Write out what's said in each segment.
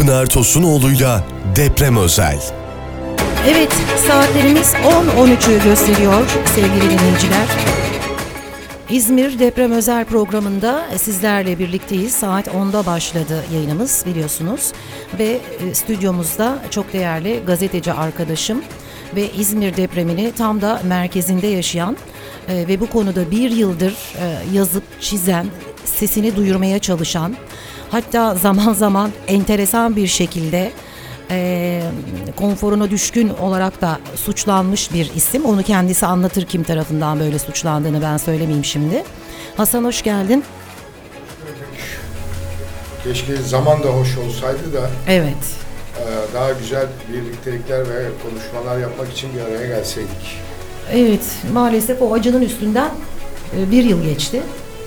Pınar Tosunoğlu'yla Deprem Özel. Evet, saatlerimiz 10.13'ü gösteriyor sevgili dinleyiciler. İzmir Deprem Özel programında sizlerle birlikteyiz. Saat 10'da başladı yayınımız biliyorsunuz. Ve stüdyomuzda çok değerli gazeteci arkadaşım ve İzmir depremini tam da merkezinde yaşayan ve bu konuda bir yıldır yazıp çizen, sesini duyurmaya çalışan, hatta zaman zaman enteresan bir şekilde konforuna düşkün olarak da suçlanmış bir isim. Onu kendisi anlatır kim tarafından böyle suçlandığını, ben söylemeyeyim şimdi. Hasan, hoş geldin. Keşke zaman da hoş olsaydı da Evet. Daha güzel birliktelikler ve konuşmalar yapmak için bir araya gelseydik. Evet, maalesef o acının üstünden bir yıl geçti.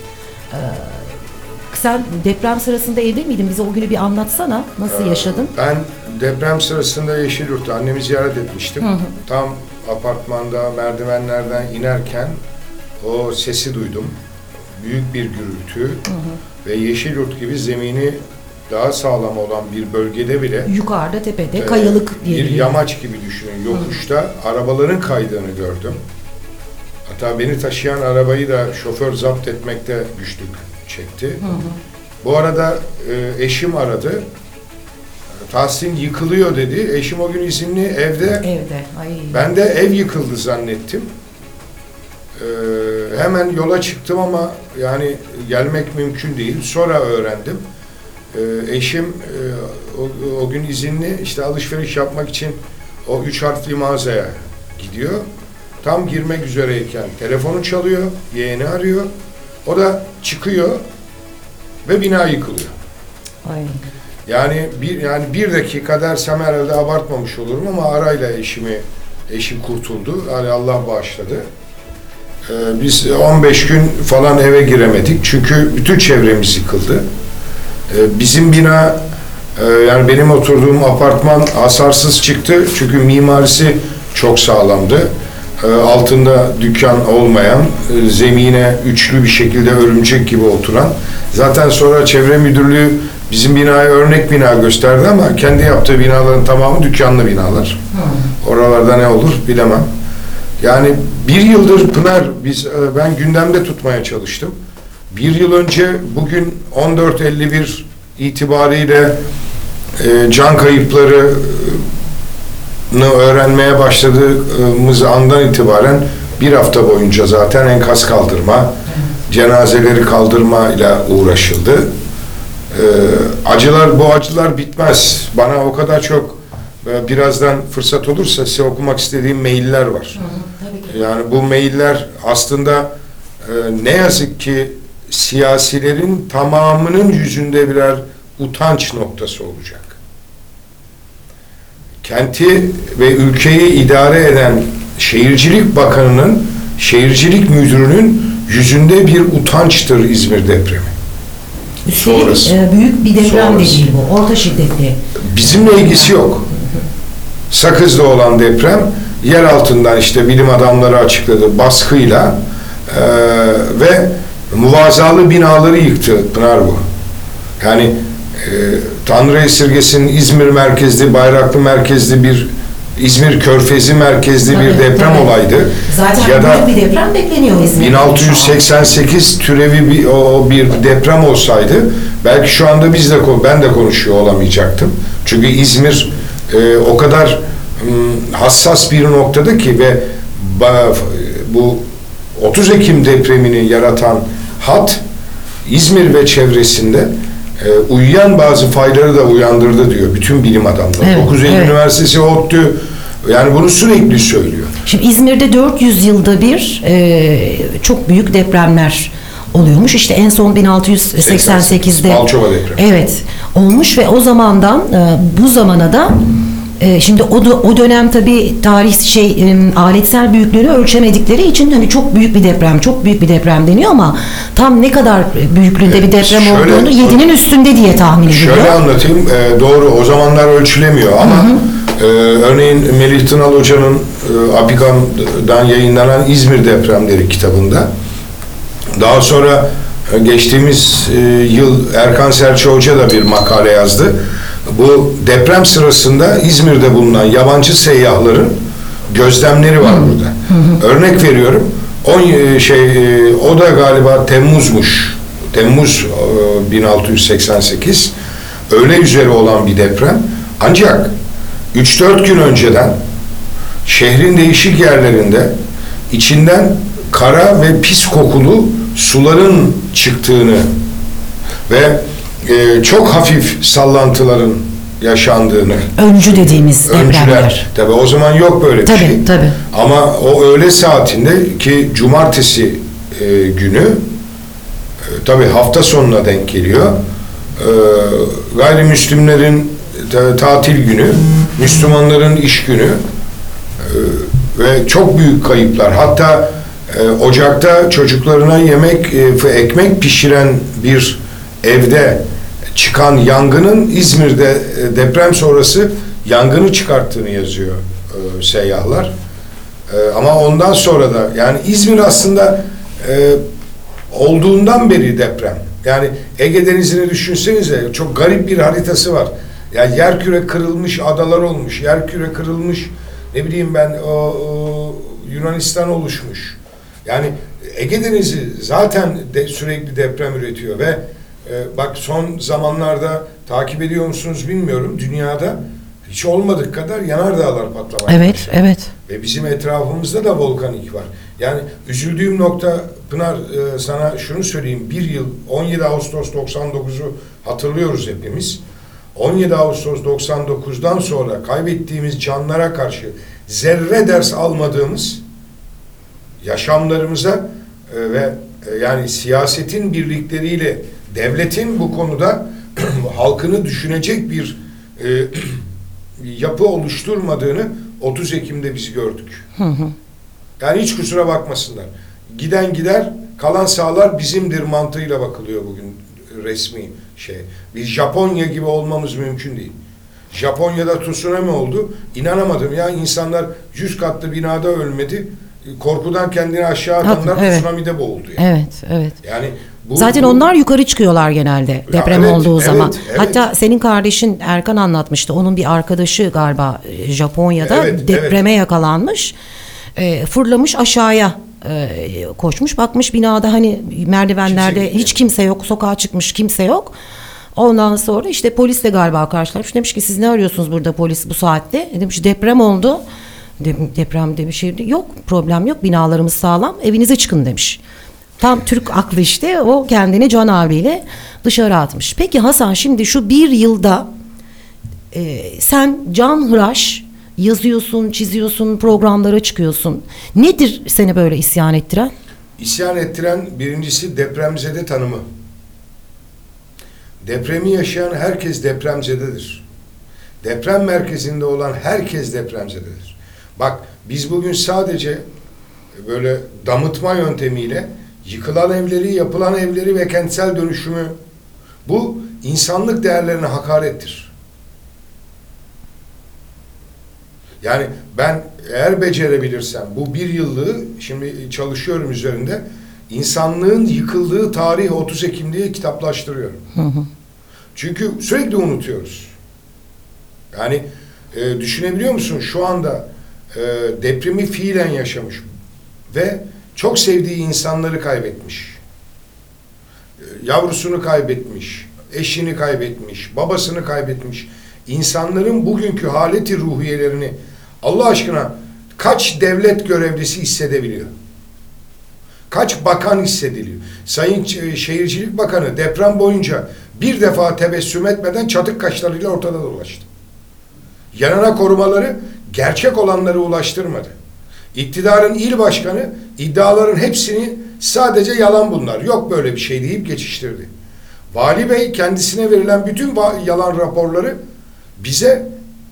Sen deprem sırasında evde miydin? Bize o günü bir anlatsana. Nasıl yaşadın? Ben deprem sırasında Yeşilyurt'ta annemi ziyaret etmiştim. Hı hı. Tam apartmanda merdivenlerden inerken o sesi duydum. Büyük bir gürültü. Hı hı. Ve Yeşilyurt gibi zemini daha sağlam olan bir bölgede bile Yukarıda, tepede, kayalık diye. Bir yamaç gibi düşünün. Yokuşta arabaların kaydığını gördüm. Hatta beni taşıyan arabayı da şoför zapt etmekte güçlük çekti. Hı hı. Bu arada eşim aradı. Tahsin yıkılıyor dedi. Eşim o gün izinli evde. Evde. Ay. Ben de ev yıkıldı zannettim. Hemen yola çıktım ama yani gelmek mümkün değil. Sonra öğrendim. Eşim o gün izinli, işte alışveriş yapmak için o 3 harfli mağazaya gidiyor. Tam girmek üzereyken telefonu çalıyor, yeğeni arıyor. O da çıkıyor ve bina yıkılıyor. Ay. Yani bir dakika dersem herhalde abartmamış olurum ama arayla eşim kurtuldu. Yani Allah bağışladı. Biz 15 gün falan eve giremedik çünkü bütün çevremiz yıkıldı. Bizim bina, yani benim oturduğum apartman hasarsız çıktı çünkü mimarisi çok sağlamdı. Altında dükkan olmayan, zemine üçlü bir şekilde örümcek gibi oturan. Zaten sonra çevre müdürlüğü bizim binaya örnek bina gösterdi ama kendi yaptığı binaların tamamı dükkanlı binalar. Oralarda ne olur bilemem. Yani bir yıldır Pınar, ben gündemde tutmaya çalıştım. Bir yıl önce bugün 14.51 itibariyle can kayıplarını öğrenmeye başladığımız andan itibaren bir hafta boyunca zaten enkaz kaldırma, cenazeleri kaldırma ile uğraşıldı. Bu acılar bitmez. Bana o kadar çok birazdan fırsat olursa size okumak istediğim mailler var. Yani bu mailler aslında ne yazık ki siyasilerin tamamının yüzünde birer utanç noktası olacak. Kenti ve ülkeyi idare eden Şehircilik Bakanı'nın, Şehircilik Müdürü'nün yüzünde bir utançtır İzmir depremi. Üstelik büyük bir deprem de değil bu, orta şiddetli. Bizimle ilgisi yok. Sakız'da olan deprem, yer altından işte bilim adamları açıkladı baskıyla ve muvazalı binaları yıktı Pınar bu. Yani Tanrı esirgesin, İzmir merkezli, Bayraklı merkezli bir İzmir Körfezi merkezli bir deprem olaydı. Zaten ya da büyük bir deprem bekleniyor İzmir'de. 1688 türevi bir deprem olsaydı belki şu anda ben de konuşuyor olamayacaktım. Çünkü İzmir o kadar hassas bir noktada ki ve bu 30 Ekim depremini yaratan hat İzmir ve çevresinde uyuyan bazı fayları da uyandırdı diyor bütün bilim adamları. Evet, 9 Eylül Üniversitesi ODTÜ yani bunu sürekli söylüyor. Şimdi İzmir'de 400 yılda bir çok büyük depremler oluyormuş. İşte en son 1688'de Balçova depremi. Evet, olmuş ve o zamandan bu zamana da şimdi o dönem tabii aletsel büyüklüğünü ölçemedikleri için hani çok büyük bir deprem deniyor ama tam ne kadar büyüklüğünde bir deprem olduğunu 7'nin üstünde diye tahmin ediliyor. Şöyle anlatayım, doğru o zamanlar ölçülemiyor ama örneğin Melih Tınal Hoca'nın Apigam'dan yayınlanan İzmir Depremleri kitabında, daha sonra geçtiğimiz yıl Erkan Serçe Hoca da bir makale yazdı. Bu deprem sırasında İzmir'de bulunan yabancı seyyahların gözlemleri var burada. Örnek veriyorum. O da galiba Temmuz'muş. Temmuz 1688. Öğle üzeri olan bir deprem. Ancak 3-4 gün önceden şehrin değişik yerlerinde içinden kara ve pis kokulu suların çıktığını ve çok hafif sallantıların yaşandığını. Öncü dediğimiz depremler. Öncüler. Tabii o zaman yok böyle bir şey. Tabii. Ama o öğle saatinde ki cumartesi günü tabii hafta sonuna denk geliyor. Gayrimüslimlerin tatil günü, Müslümanların iş günü ve çok büyük kayıplar. Hatta ocakta çocuklarına yemek ve ekmek pişiren bir evde çıkan yangının İzmir'de deprem sonrası yangını çıkarttığını yazıyor seyyahlar. Ama ondan sonra da yani İzmir aslında olduğundan beri deprem. Yani Ege Denizi'ni düşünsenize, çok garip bir haritası var. Yani yerküre kırılmış adalar olmuş, yerküre kırılmış, ne bileyim ben Yunanistan oluşmuş. Yani Ege Denizi zaten sürekli deprem üretiyor ve bak son zamanlarda takip ediyor musunuz bilmiyorum, dünyada hiç olmadık kadar yanardağlar patlamaya Evet, başladı. evet. Ve bizim etrafımızda da volkanik var. Yani üzüldüğüm nokta Pınar, sana şunu söyleyeyim. Bir yıl 17 Ağustos 99'u hatırlıyoruz hepimiz. 17 Ağustos 99'dan sonra kaybettiğimiz canlara karşı zerre ders almadığımız yaşamlarımıza ve yani siyasetin birlikleriyle devletin bu konuda halkını düşünecek bir yapı oluşturmadığını 30 Ekim'de biz gördük. Yani hiç kusura bakmasınlar. Giden gider, kalan sağlar bizimdir mantığıyla bakılıyor bugün resmi şey. Biz Japonya gibi olmamız mümkün değil. Japonya'da tsunami oldu. İnanamadım ya, insanlar 100 katlı binada ölmedi. Korkudan kendini aşağı atanlar evet. tsunami'de boğuldu. Yani. Evet. Yani Zaten onlar yukarı çıkıyorlar genelde deprem evet, olduğu zaman. evet. Hatta senin kardeşin Erkan anlatmıştı. Onun bir arkadaşı galiba Japonya'da Evet, depreme yakalanmış. Fırlamış aşağıya koşmuş. Bakmış binada hani merdivenlerde hiç kimse yok. Sokağa çıkmış, kimse yok. Ondan sonra işte polisle galiba karşılaşmış. Demiş ki siz ne arıyorsunuz burada polis bu saatte? Demiş deprem oldu. Deprem demiş, yok problem yok, binalarımız sağlam, evinize çıkın demiş. Tam Türk aklı işte, o kendini can havliyle dışarı atmış. Peki Hasan, şimdi şu bir yılda sen canhıraş yazıyorsun, çiziyorsun, programlara çıkıyorsun. Nedir seni böyle isyan ettiren? İsyan ettiren birincisi depremzede tanımı. Depremi yaşayan herkes depremzededir. Deprem merkezinde olan herkes depremzededir. Bak biz bugün sadece böyle damıtma yöntemiyle yıkılan evleri, yapılan evleri ve kentsel dönüşümü, bu insanlık değerlerine hakarettir. Yani ben eğer becerebilirsem bu bir yıllığı, şimdi çalışıyorum üzerinde, insanlığın yıkıldığı tarih 30 Ekim diye kitaplaştırıyorum. Çünkü sürekli unutuyoruz. Yani düşünebiliyor musun? Şu anda depremi fiilen yaşamış ve çok sevdiği insanları kaybetmiş. Yavrusunu kaybetmiş, eşini kaybetmiş, babasını kaybetmiş. İnsanların bugünkü haleti ruhiyelerini Allah aşkına kaç devlet görevlisi hissedebiliyor? Kaç bakan hissediliyor? Sayın Şehircilik Bakanı deprem boyunca bir defa tebessüm etmeden çatık kaşlarıyla ortada dolaştı. Yanına korumaları gerçek olanları ulaştırmadı. İktidarın il başkanı iddiaların hepsini sadece yalan bunlar, yok böyle bir şey deyip geçiştirdi. Vali Bey kendisine verilen bütün yalan raporları bize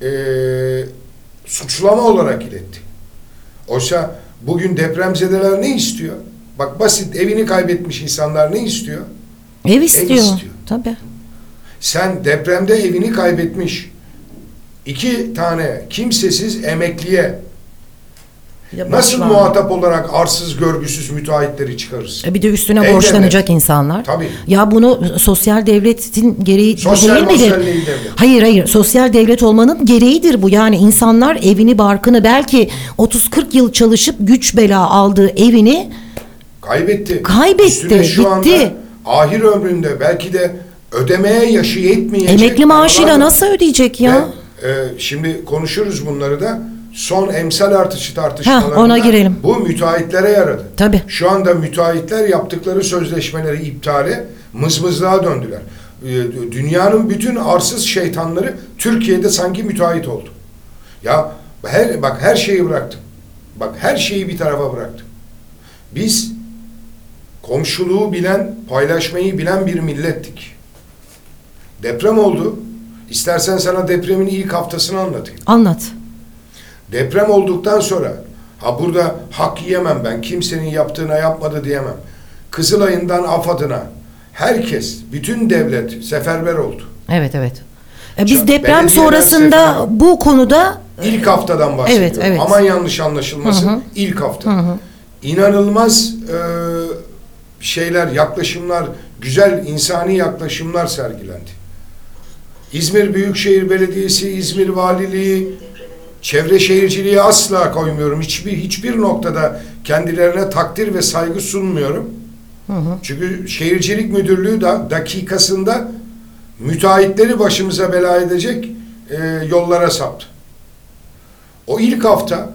suçlama olarak iletti. Oysa bugün depremzedeler ne istiyor? Bak basit, evini kaybetmiş insanlar ne istiyor? Ev istiyor. Ev istiyor. Tabii. Sen depremde evini kaybetmiş 2 tane kimsesiz emekliye Ya Nasıl borçlan- muhatap olarak arsız, görgüsüz müteahhitleri çıkarırsın? Bir de üstüne Ey borçlanacak devlet. insanlar. Tabii. Ya bunu sosyal devletin gereği Sosyal değil midir? mosyal değil devlet. Hayır, sosyal devlet olmanın gereğidir bu. Yani insanlar evini, barkını, belki 30-40 yıl çalışıp güç bela aldığı evini Kaybetti. Kaybetti, Üstüne şu gitti. anda ahir ömründe belki de ödemeye yaşı yetmeyecek. emekli maaşıyla paralar- nasıl ödeyecek ya? Ve, şimdi konuşuruz bunları da. Son emsal artışı tartışmalarında ona girelim. bu müteahhitlere yaradı. Tabii. Şu anda müteahhitler yaptıkları sözleşmeleri iptale, mızmızlığa döndüler. Dünyanın bütün arsız şeytanları Türkiye'de sanki müteahhit oldu. Ya her şeyi bıraktım. Bak her şeyi bir tarafa bıraktım. Biz komşuluğu bilen, paylaşmayı bilen bir millettik. Deprem oldu. İstersen sana depremin ilk haftasını anlatayım. Anlat. Deprem olduktan sonra burada hak yiyemem ben. Kimsenin yaptığına yapmadı diyemem. Kızılay'ından AFAD'ına herkes, bütün devlet seferber oldu. Evet. Biz Çok- deprem belediyeler sonrasında sefer- bu konuda İlk haftadan bahsediyorum. Evet. Aman yanlış anlaşılmasın. Hı hı. İlk hafta. İnanılmaz yaklaşımlar, güzel insani yaklaşımlar sergilendi. İzmir Büyükşehir Belediyesi, İzmir Valiliği, çevre şehirciliği asla koymuyorum. Hiçbir noktada kendilerine takdir ve saygı sunmuyorum. Çünkü Şehircilik Müdürlüğü da dakikasında müteahhitleri başımıza bela edecek yollara saptı. O ilk hafta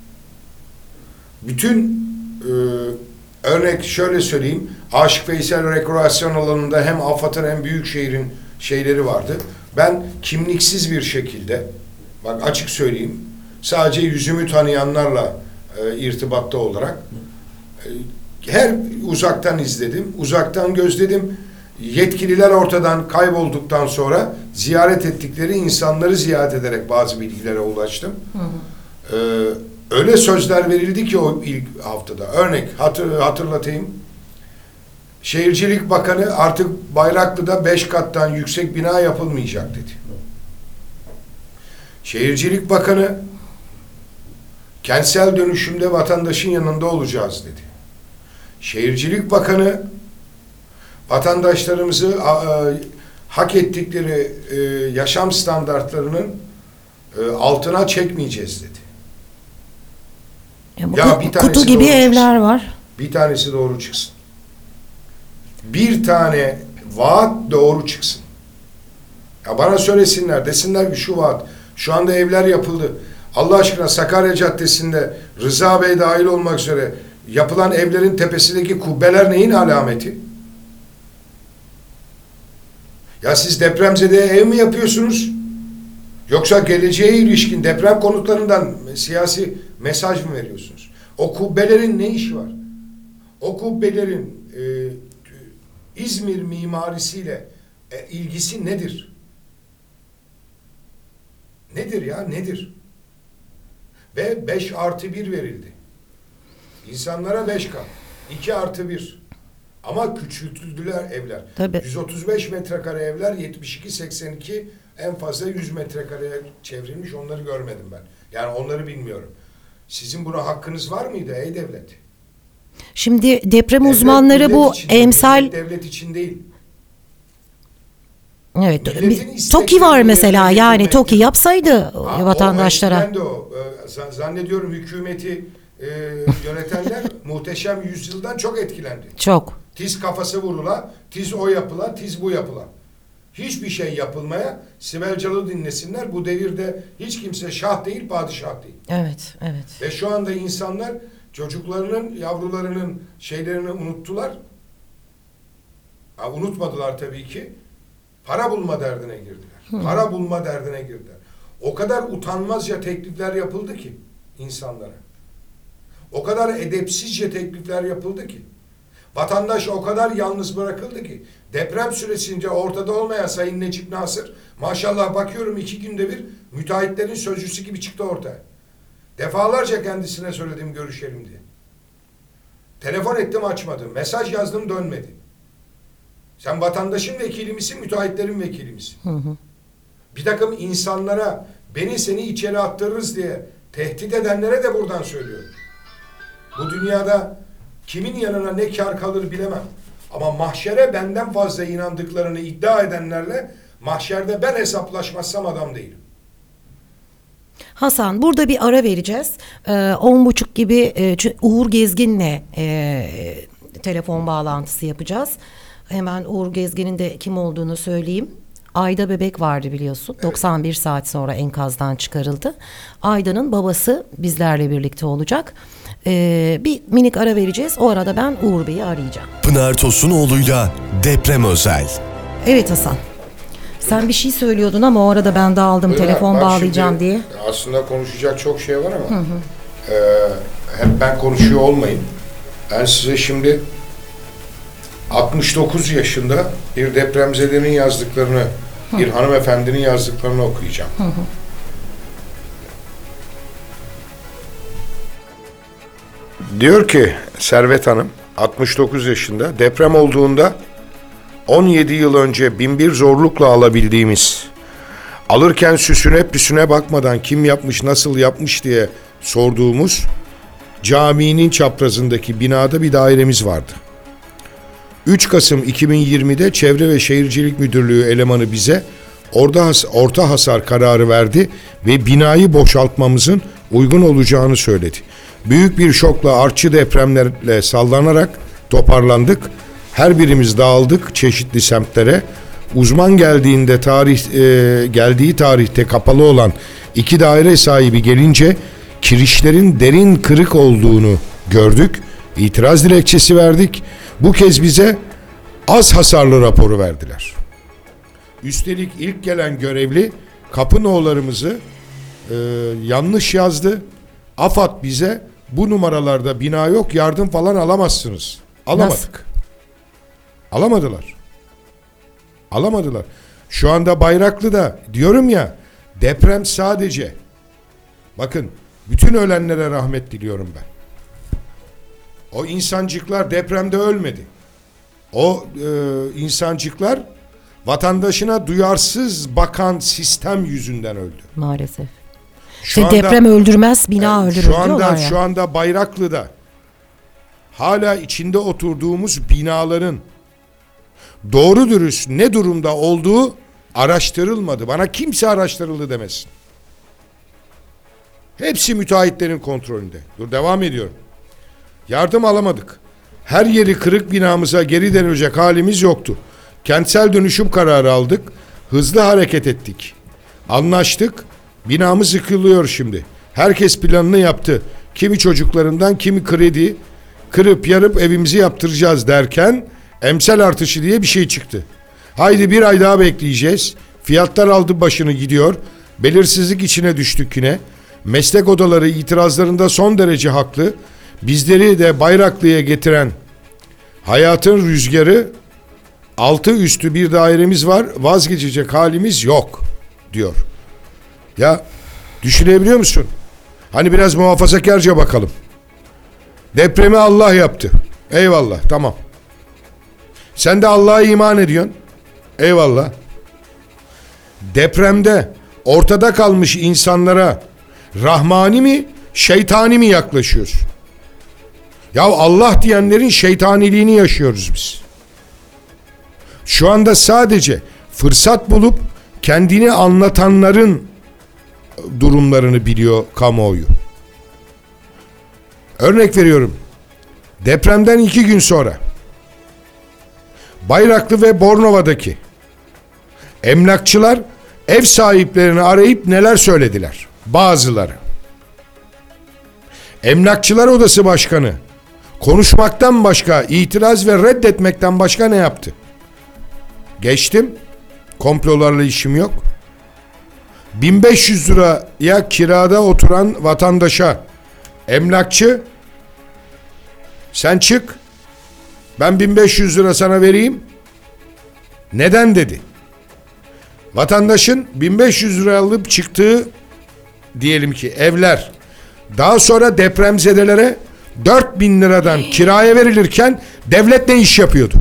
bütün örnek şöyle söyleyeyim, Aşık Veysel rekreasyon alanında hem AFAD'ın hem Büyükşehir'in şeyleri vardı. Ben kimliksiz bir şekilde, bak açık söyleyeyim, sadece yüzümü tanıyanlarla irtibatta olarak her uzaktan izledim, uzaktan gözledim. Yetkililer ortadan kaybolduktan sonra ziyaret ettikleri insanları ziyaret ederek bazı bilgilere ulaştım. Öyle sözler verildi ki o ilk haftada. Örnek hatırlatayım. Şehircilik Bakanı artık Bayraklı'da 5 kattan yüksek bina yapılmayacak dedi. Şehircilik Bakanı kentsel dönüşümde vatandaşın yanında olacağız dedi. Şehircilik Bakanı vatandaşlarımızı hak ettikleri yaşam standartlarının altına çekmeyeceğiz dedi. Ya bir tanesi kutu gibi doğru evler çıksın. var. Bir tanesi doğru çıksın. Bir tane vaat doğru çıksın. Ya bana söylesinler, desinler ki şu vaat. Şu anda evler yapıldı. Allah aşkına Sakarya Caddesi'nde Rıza Bey dahil olmak üzere yapılan evlerin tepesindeki kubbeler neyin alameti? Ya siz depremzedeye ev mi yapıyorsunuz? Yoksa geleceğe ilişkin deprem konutlarından siyasi mesaj mı veriyorsunuz? O kubbelerin ne işi var? O kubbelerin İzmir mimarisiyle ilgisi nedir? Nedir ya? Nedir? Ve 5+1 verildi. İnsanlara 5 kat. 2+1. Ama küçültüldüler evler. Tabii. 135 metrekare evler, 72-82 en fazla 100 metrekareye çevrilmiş. Onları görmedim ben. Yani onları bilmiyorum. Sizin buna hakkınız var mıydı ey devlet? Şimdi deprem Devlet, uzmanları millet bu için, emsal devlet için değil. evet Milletin isteklerini TOKİ var mesela, yerine yani getirmek. TOKİ yapsaydı Ha, vatandaşlara. eskiden de o. Zannediyorum hükümeti yönetenler muhteşem yüzyıldan çok etkilendi. Çok. Tiz kafası vurula, tiz o yapıla, tiz bu yapıla. Hiçbir şey yapılmaya, Sibel Cal'ı dinlesinler. Bu devirde hiç kimse şah değil, padişah değil. Evet. Ve şu anda insanlar çocuklarının, yavrularının şeylerini unuttular. Unutmadılar tabii ki. Para bulma derdine girdiler. Para bulma derdine girdiler. O kadar utanmazca teklifler yapıldı ki insanlara. O kadar edepsizce teklifler yapıldı ki. Vatandaş o kadar yalnız bırakıldı ki. Deprem süresince ortada olmayan Sayın Necip Nasır, maşallah bakıyorum 2 günde bir müteahhitlerin sözcüsü gibi çıktı ortaya. Defalarca kendisine söyledim görüşelim diye. Telefon ettim açmadı. Mesaj yazdım dönmedi. Sen vatandaşın vekili misin, müteahhitlerin vekili misin? Bir takım insanlara beni seni içeri attırırız diye tehdit edenlere de buradan söylüyorum. Bu dünyada kimin yanına ne kar kalır bilemem. Ama mahşere benden fazla inandıklarını iddia edenlerle mahşerde ben hesaplaşmazsam adam değilim. Hasan, burada bir ara vereceğiz. 10.30 gibi Uğur Gezgin'le telefon bağlantısı yapacağız. Hemen Uğur Gezgin'in de kim olduğunu söyleyeyim. Ayda bebek vardı biliyorsun. 91 saat sonra enkazdan çıkarıldı. Ayda'nın babası bizlerle birlikte olacak. Bir minik ara vereceğiz. O arada ben Uğur Bey'i arayacağım. Pınar Tosunoğlu'yla Deprem Özel. Evet Hasan. Sen bir şey söylüyordun ama o arada ben dağıldım. Telefon Bak bağlayacağım şimdi, diye. aslında konuşacak çok şey var ama hep ben konuşuyor olmayayım. Ben size şimdi 69 yaşında bir depremzedenin yazdıklarını, bir hanımefendinin yazdıklarını okuyacağım. Diyor ki Servet Hanım, 69 yaşında, deprem olduğunda 17 yıl önce binbir zorlukla alabildiğimiz, alırken süsüne püsüne bakmadan kim yapmış, nasıl yapmış diye sorduğumuz caminin çaprazındaki binada bir dairemiz vardı. 3 Kasım 2020'de Çevre ve Şehircilik Müdürlüğü elemanı bize orta hasar kararı verdi ve binayı boşaltmamızın uygun olacağını söyledi. Büyük bir şokla, artçı depremlerle sallanarak toparlandık. Her birimiz dağıldık çeşitli semtlere. Uzman geldiği tarihte kapalı olan 2 daire sahibi gelince kirişlerin derin kırık olduğunu gördük. İtiraz dilekçesi verdik. Bu kez bize az hasarlı raporu verdiler. Üstelik ilk gelen görevli kapı no'larımızı yanlış yazdı. AFAD bize bu numaralarda bina yok, yardım falan alamazsınız. Alamadık. Nasıl? Alamadılar. Şu anda Bayraklı'da diyorum ya, deprem sadece, bakın bütün ölenlere rahmet diliyorum ben. O insancıklar depremde ölmedi. O insancıklar vatandaşına duyarsız bakan sistem yüzünden öldü. Maalesef. Şu Deprem öldürmez, bina öldürür diyorlar ya. Şu anda Bayraklı'da hala içinde oturduğumuz binaların doğru dürüst ne durumda olduğu araştırılmadı. Bana kimse araştırıldı demesin. Hepsi müteahhitlerin kontrolünde. Dur, devam ediyorum. Yardım alamadık. Her yeri kırık binamıza geri dönecek halimiz yoktu. Kentsel dönüşüm kararı aldık. Hızlı hareket ettik. Anlaştık. Binamız yıkılıyor şimdi. Herkes planını yaptı. Kimi çocuklarından, kimi kredi kırıp yarıp evimizi yaptıracağız derken emsal artışı diye bir şey çıktı. Haydi bir ay daha bekleyeceğiz. Fiyatlar aldı başını gidiyor. Belirsizlik içine düştük yine. Meslek odaları itirazlarında son derece haklı. Bizleri de Bayraklı'ya getiren hayatın rüzgarı, altı üstü bir dairemiz var, vazgeçecek halimiz yok diyor. Ya düşünebiliyor musun? Hani biraz muhafazakarca bakalım. Depremi Allah yaptı. Eyvallah, tamam. Sen de Allah'a iman ediyorsun. Eyvallah. Depremde ortada kalmış insanlara rahmani mi, şeytani mi yaklaşıyorsun? Ya Allah diyenlerin şeytaniliğini yaşıyoruz biz. Şu anda sadece fırsat bulup kendini anlatanların durumlarını biliyor kamuoyu. Örnek veriyorum. Depremden 2 gün sonra Bayraklı ve Bornova'daki emlakçılar ev sahiplerini arayıp neler söylediler? Bazıları. Emlakçılar Odası Başkanı konuşmaktan başka, itiraz ve reddetmekten başka ne yaptı? Geçtim. Komplolarla işim yok. 1500 liraya kirada oturan vatandaşa emlakçı, sen çık, ben 1500 lira sana vereyim. Neden dedi? Vatandaşın 1500 lira alıp çıktığı diyelim ki evler daha sonra depremzedelere 4000 liradan kiraya verilirken devlet ne iş yapıyordu?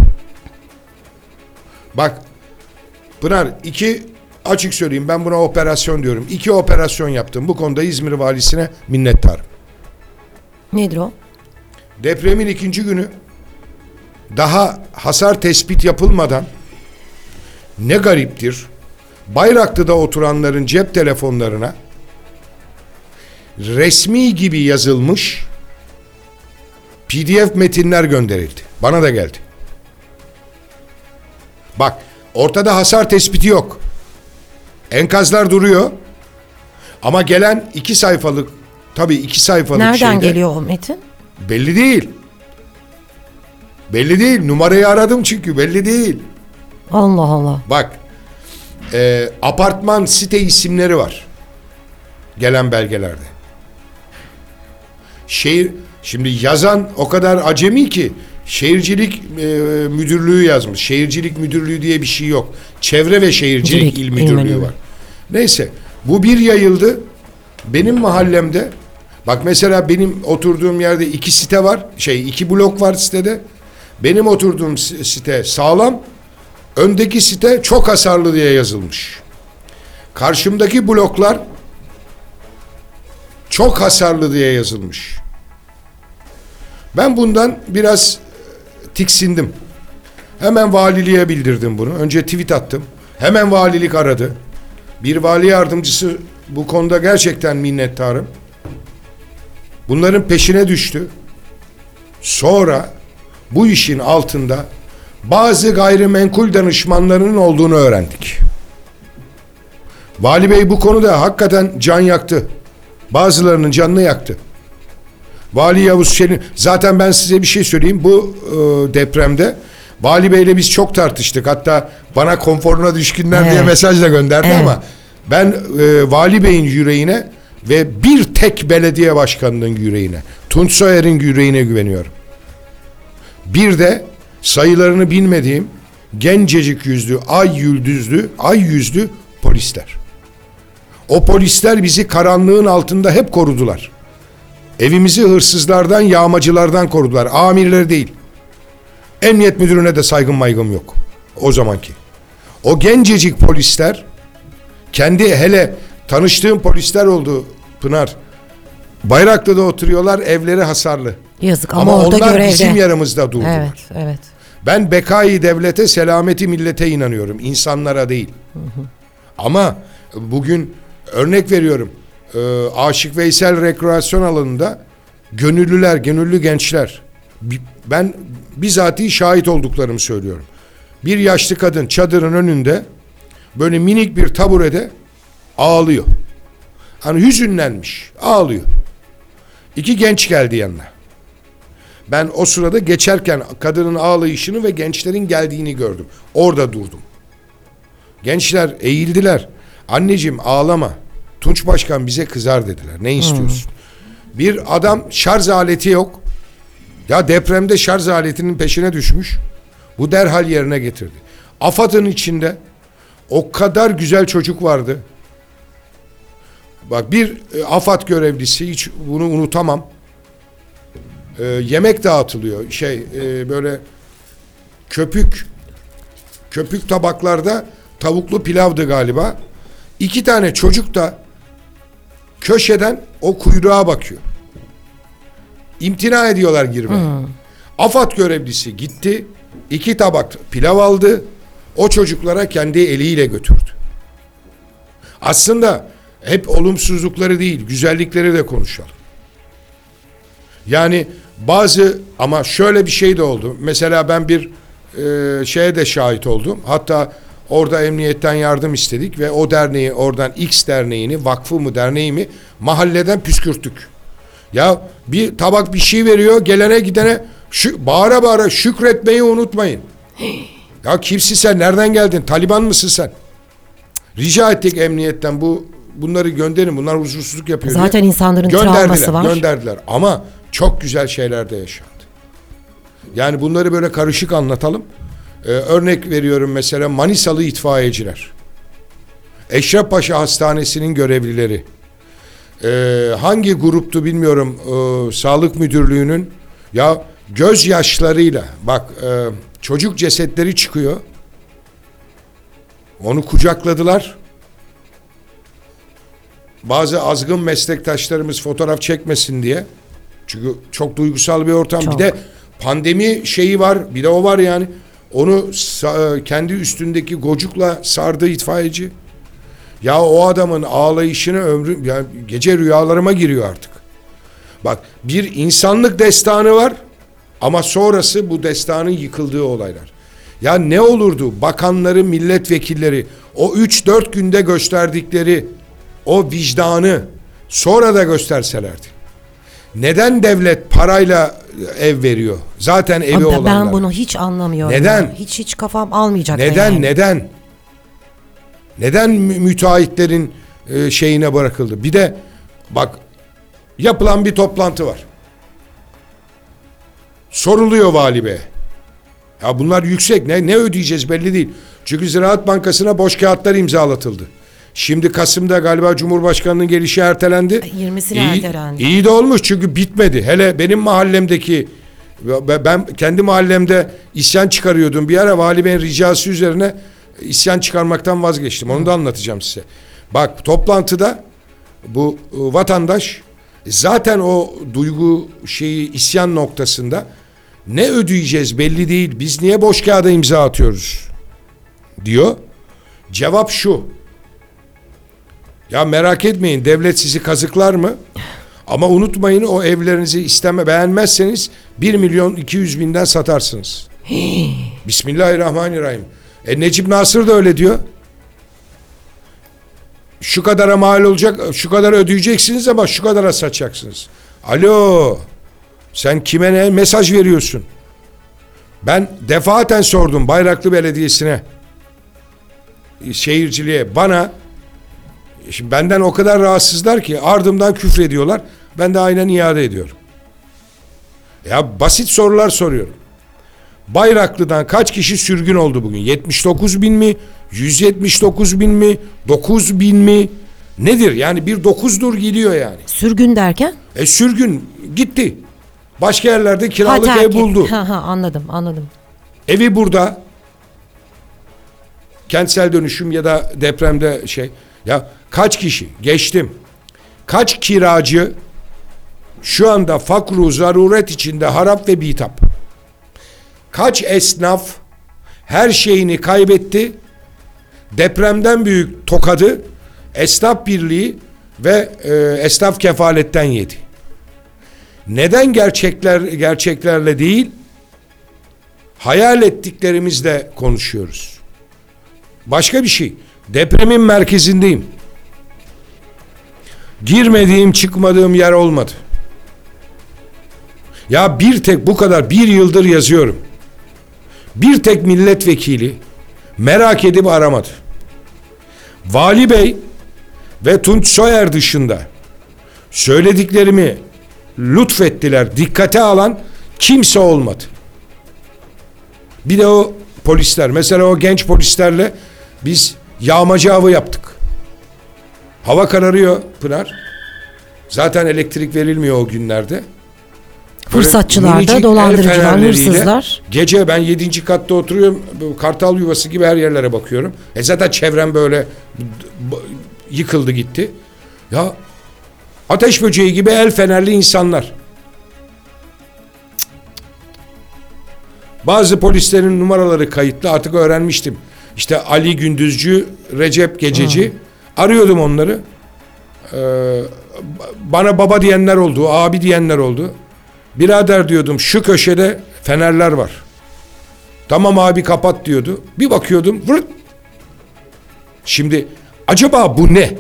Bak Pınar, açık söyleyeyim, ben buna operasyon diyorum. 2 operasyon yaptım. Bu konuda İzmir valisine minnettarım. Nedir o? depremin ikinci günü daha hasar tespit yapılmadan ne gariptir, Bayraklı'da oturanların cep telefonlarına resmi gibi yazılmış PDF metinler gönderildi. Bana da geldi. Bak, ortada hasar tespiti yok. Enkazlar duruyor. Ama gelen 2 sayfalık, tabii 2 sayfalık Nereden şeyde, geliyor o metin? belli değil. Belli değil. Numarayı aradım çünkü belli değil. Allah Allah. Bak, apartman site isimleri var gelen belgelerde. Şimdi yazan o kadar acemi ki Şehircilik Müdürlüğü yazmış. Şehircilik Müdürlüğü diye bir şey yok. Çevre ve Şehircilik İl Müdürlüğü var. Neyse, bu bir yayıldı. Benim mahallemde, bak mesela benim oturduğum yerde 2 site var. 2 blok var sitede. Benim oturduğum site sağlam. Öndeki site çok hasarlı diye yazılmış. Karşımdaki bloklar çok hasarlı diye yazılmış. Ben bundan biraz tiksindim. Hemen valiliğe bildirdim bunu. Önce tweet attım. Hemen valilik aradı. Bir vali yardımcısı, bu konuda gerçekten minnettarım, bunların peşine düştü. Sonra bu işin altında bazı gayrimenkul danışmanlarının olduğunu öğrendik. Vali Bey bu konuda hakikaten can yaktı. Bazılarının canını yaktı. Vali Yavuz Şerin, zaten ben size bir şey söyleyeyim. Bu depremde Vali Bey'le biz çok tartıştık. Hatta bana konforuna düşkünler diye mesaj da gönderdi ama ben Vali Bey'in yüreğine ve bir tek belediye başkanının yüreğine, Tunç Soyer'in yüreğine güveniyorum. Bir de sayılarını bilmediğim gencecik yüzlü, ay yüzlü polisler. O polisler bizi karanlığın altında hep korudular. Evimizi hırsızlardan, yağmacılardan korudular. Amirleri değil. Emniyet müdürüne de saygım maygım yok. O zamanki. O gencecik polisler, kendi, hele tanıştığım polisler oldu Pınar. Bayraklı'da oturuyorlar, evleri hasarlı. Yazık Ama orada onlar görevde. bizim yanımızda durdular. Evet, evet. Ben bekayı devlete, selameti millete inanıyorum. İnsanlara değil. Ama bugün örnek veriyorum. Aşık Veysel rekreasyon alanında gönüllüler, gönüllü gençler. Ben bizatihi şahit olduklarımı söylüyorum. Bir yaşlı kadın çadırın önünde böyle minik bir taburede ağlıyor. Hani hüzünlenmiş, ağlıyor. 2 genç geldi yanına. Ben o sırada geçerken kadının ağlayışını ve gençlerin geldiğini gördüm. Orada durdum. Gençler eğildiler. Anneciğim ağlama. Tunç Başkan bize kızar dediler. Ne istiyorsun? Bir adam, şarj aleti yok. Ya depremde şarj aletinin peşine düşmüş. Bu derhal yerine getirdi. AFAD'ın içinde o kadar güzel çocuk vardı. Bak, bir AFAD görevlisi, hiç bunu unutamam. Yemek dağıtılıyor. Böyle köpük tabaklarda tavuklu pilavdı galiba. 2 tane çocuk da köşeden o kuyruğa bakıyor. İmtina ediyorlar girmeye. AFAD görevlisi gitti, 2 tabak pilav aldı, o çocuklara kendi eliyle götürdü. Aslında hep olumsuzlukları değil, güzellikleri de konuşalım. Yani ama şöyle bir şey de oldu. Mesela ben bir şeye de şahit oldum. Hatta orada emniyetten yardım istedik ve o derneği, oradan X derneğini, vakfı mı derneği mi, mahalleden püskürttük. Ya bir tabak bir şey veriyor, gelene gidene bağıra bağıra şükretmeyi unutmayın. Ya kimsin sen? Nereden geldin? Taliban mısın sen? Rica ettik emniyetten, bunları gönderin. Bunlar huzursuzluk yapıyor Zaten diye. insanların travması var. Gönderdiler. Ama çok güzel şeyler de yaşandı. Yani bunları böyle karışık anlatalım. Örnek veriyorum, mesela Manisalı itfaiyeciler. Eşrefpaşa Hastanesi'nin görevlileri. Hangi gruptu bilmiyorum, Sağlık Müdürlüğü'nün, ya gözyaşlarıyla bak, çocuk cesetleri çıkıyor. Onu kucakladılar. Bazı azgın meslektaşlarımız fotoğraf çekmesin diye Çünkü çok duygusal bir ortam. Çok. Bir de pandemi şeyi var. Bir de o var yani. Onu kendi üstündeki gocukla sardı itfaiyeci. Ya o adamın ağlayışını ömrüm, yani gece rüyalarıma giriyor artık. Bak, bir insanlık destanı var ama sonrası bu destanın yıkıldığı olaylar. Ya ne olurdu bakanları, milletvekilleri o 3-4 günde gösterdikleri o vicdanı sonra da gösterselerdi. Neden devlet parayla ev veriyor? Zaten evi Ama olanlar. ben bunu hiç anlamıyorum. Neden? Yani. Hiç kafam almayacak. Neden? Yani. Neden? Neden müteahhitlerin şeyine bırakıldı? Bir de bak, yapılan bir toplantı var. Soruluyor vali bey. Ya bunlar yüksek. Ne ödeyeceğiz belli değil. Çünkü Ziraat Bankası'na boş kağıtlar imzalatıldı. Şimdi Kasım'da galiba Cumhurbaşkanı'nın gelişi ertelendi. 20'sine ertelendi. İyi de olmuş çünkü bitmedi. Hele benim mahallemdeki, ben kendi mahallemde isyan çıkarıyordum. Bir ara vali beyin ricası üzerine isyan çıkarmaktan vazgeçtim. Onu da anlatacağım size. Bak, toplantıda bu vatandaş zaten o duygu şeyi, isyan noktasında ne ödeyeceğiz belli değil. Biz niye boş kağıda imza atıyoruz diyor. Cevap şu: ya merak etmeyin, devlet sizi kazıklar mı? Ama unutmayın, o evlerinizi beğenmezseniz 1.200.000'den satarsınız. Bismillahirrahmanirrahim. Necip Nasır da öyle diyor. Şu kadara mal olacak, şu kadar ödeyeceksiniz ama şu kadara satacaksınız. Alo, sen kime ne mesaj veriyorsun? Ben defaten sordum Bayraklı Belediyesi'ne, şehirciliğe, bana. Şimdi benden o kadar rahatsızlar ki ardımdan küfrediyorlar. Ben de aynen iade ediyorum. Ya basit sorular soruyorum. Bayraklı'dan kaç kişi sürgün oldu bugün? 79.000 mi? 179.000 mi? 9.000 mi? Nedir? Yani bir 9'dur gidiyor yani. Sürgün derken? Sürgün gitti. Başka yerlerde kiralık ev buldu. Anladım. Evi burada. Kentsel dönüşüm ya da depremde şey. Ya kaç kişi? Geçtim. Kaç kiracı şu anda fakru zaruret içinde harap ve bitap? Kaç esnaf her şeyini kaybetti? Depremden büyük tokadı esnaf birliği ve esnaf kefaletten yedi. Neden gerçeklerle değil, hayal ettiklerimizle konuşuyoruz? Başka bir şey. Depremin merkezindeyim. Girmediğim, çıkmadığım yer olmadı. Ya bir tek, bu kadar bir yıldır yazıyorum, bir tek milletvekili merak edip aramadı. Vali Bey ve Tunç Soyer dışında söylediklerimi lütfettiler, dikkate alan kimse olmadı. Bir de o polisler, mesela o genç polislerle biz yağmacı avı yaptık. Hava kararıyor Pınar. Zaten elektrik verilmiyor o günlerde. Fırsatçılar da, dolandırıcılar, hırsızlar. Gece ben 7. katta oturuyorum. Kartal yuvası gibi her yerlere bakıyorum. Zaten çevrem böyle yıkıldı gitti. Ya ateş böceği gibi el fenerli insanlar. Bazı polislerin numaraları kayıtlı, artık öğrenmiştim. İşte Ali Gündüzcü, Recep Gececi. Arıyordum onları. Bana baba diyenler oldu, abi diyenler oldu. Birader diyordum, şu köşede fenerler var. Tamam abi, kapat diyordu. Bir bakıyordum, vırt. Şimdi acaba bu ne?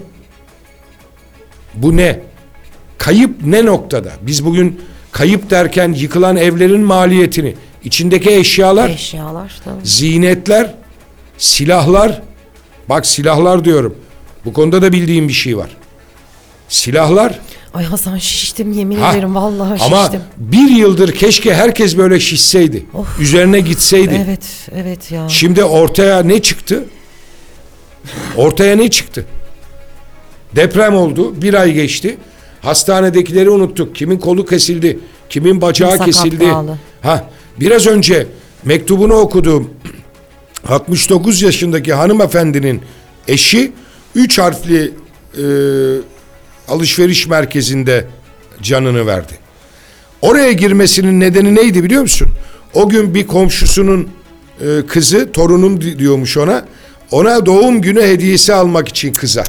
Bu ne? Kayıp ne noktada? Biz bugün kayıp derken yıkılan evlerin maliyetini, içindeki eşyalar, tabii. Ziynetler, silahlar. Bak, silahlar diyorum. Bu konuda da bildiğim bir şey var. Silahlar. Ay Hasan, şiştim yemin ederim, vallahi ama şiştim. bir yıldır keşke herkes böyle şişseydi. Of. Üzerine gitseydi. Evet ya. Şimdi ortaya ne çıktı? Ortaya ne çıktı? Deprem oldu. Bir ay geçti. Hastanedekileri unuttuk. Kimin kolu kesildi? Kimin bacağı kesildi? Biraz önce mektubunu okuduğum 69 yaşındaki hanımefendinin eşi 3 harfli alışveriş merkezinde canını verdi. Oraya girmesinin nedeni neydi biliyor musun? O gün bir komşusunun kızı, torunum diyormuş ona. Ona doğum günü hediyesi almak için kıza.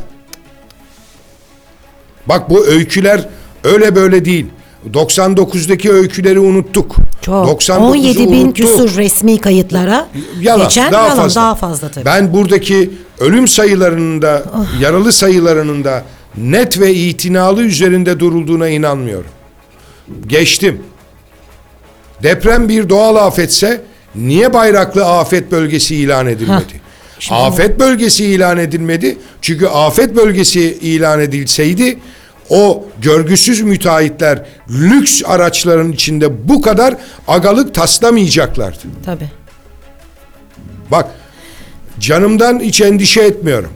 Bak bu öyküler öyle böyle değil. 99'daki öyküleri unuttuk. Çok. 99'u 17 bin unuttuk. küsur resmi kayıtlara Yalan, geçen daha fazla tabii. Ben buradaki ölüm sayılarının da yaralı sayılarının da net ve itinalı üzerinde durulduğuna inanmıyorum. Geçtim. Deprem bir doğal afetse niye Bayraklı afet bölgesi ilan edilmedi? Afet bölgesi ilan edilmedi. Çünkü afet bölgesi ilan edilseydi o görgüsüz müteahhitler lüks araçların içinde bu kadar agalık taslamayacaklardı. Tabii. Bak, canımdan hiç endişe etmiyorum.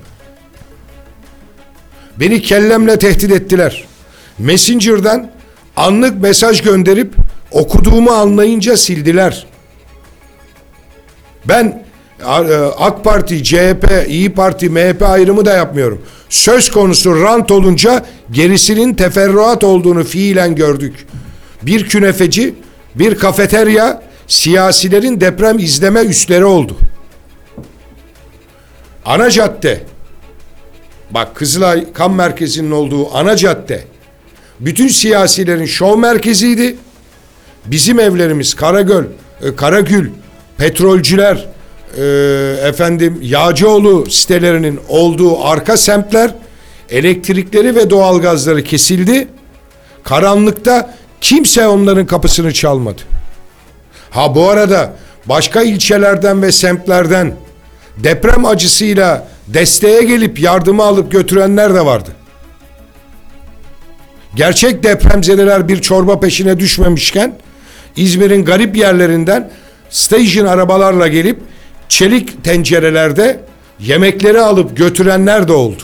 Beni kellemle tehdit ettiler. Messenger'dan anlık mesaj gönderip okuduğumu anlayınca sildiler. Ben AK Parti, CHP, İyi Parti, MHP ayrımı da yapmıyorum. Söz konusu rant olunca gerisinin teferruat olduğunu fiilen gördük. Bir künefeci, bir kafeterya siyasilerin deprem izleme üsleri oldu. Ana cadde, bak Kızılay Kan Merkezi'nin olduğu ana cadde, bütün siyasilerin şov merkeziydi. Bizim evlerimiz Karagül, petrolcüler, Yağcıoğlu sitelerinin olduğu arka semtler elektrikleri ve doğalgazları kesildi. Karanlıkta kimse onların kapısını çalmadı. Ha bu arada başka ilçelerden ve semtlerden deprem acısıyla desteğe gelip yardımı alıp götürenler de vardı. Gerçek depremzedeler bir çorba peşine düşmemişken İzmir'in garip yerlerinden station arabalarla gelip çelik tencerelerde yemekleri alıp götürenler de oldu.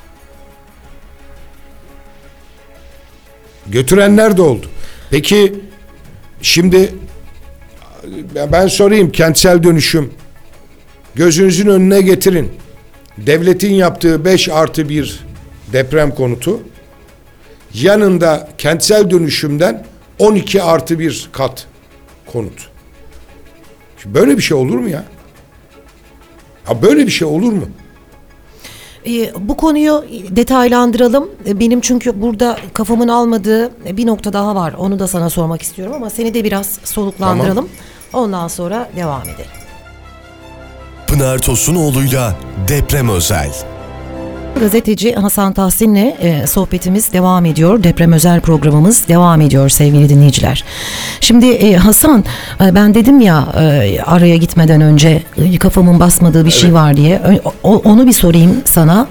Götürenler de oldu. Peki şimdi ben sorayım, kentsel dönüşüm gözünüzün önüne getirin. Devletin yaptığı 5+1 deprem konutu, yanında kentsel dönüşümden 12+1 kat konut. Böyle bir şey olur mu ya? Ha böyle bir şey olur mu? Bu konuyu detaylandıralım. Benim çünkü burada kafamın almadığı bir nokta daha var. Onu da sana sormak istiyorum ama seni de biraz soluklandıralım. Tamam. Ondan sonra devam edelim. Pınar Tosunoğlu'yla Deprem Özel. Gazeteci Hasan Tahsin'le sohbetimiz devam ediyor. Deprem özel programımız devam ediyor sevgili dinleyiciler. Şimdi Hasan, ben dedim ya araya gitmeden önce kafamın basmadığı bir şey var diye. Onu bir sorayım sana.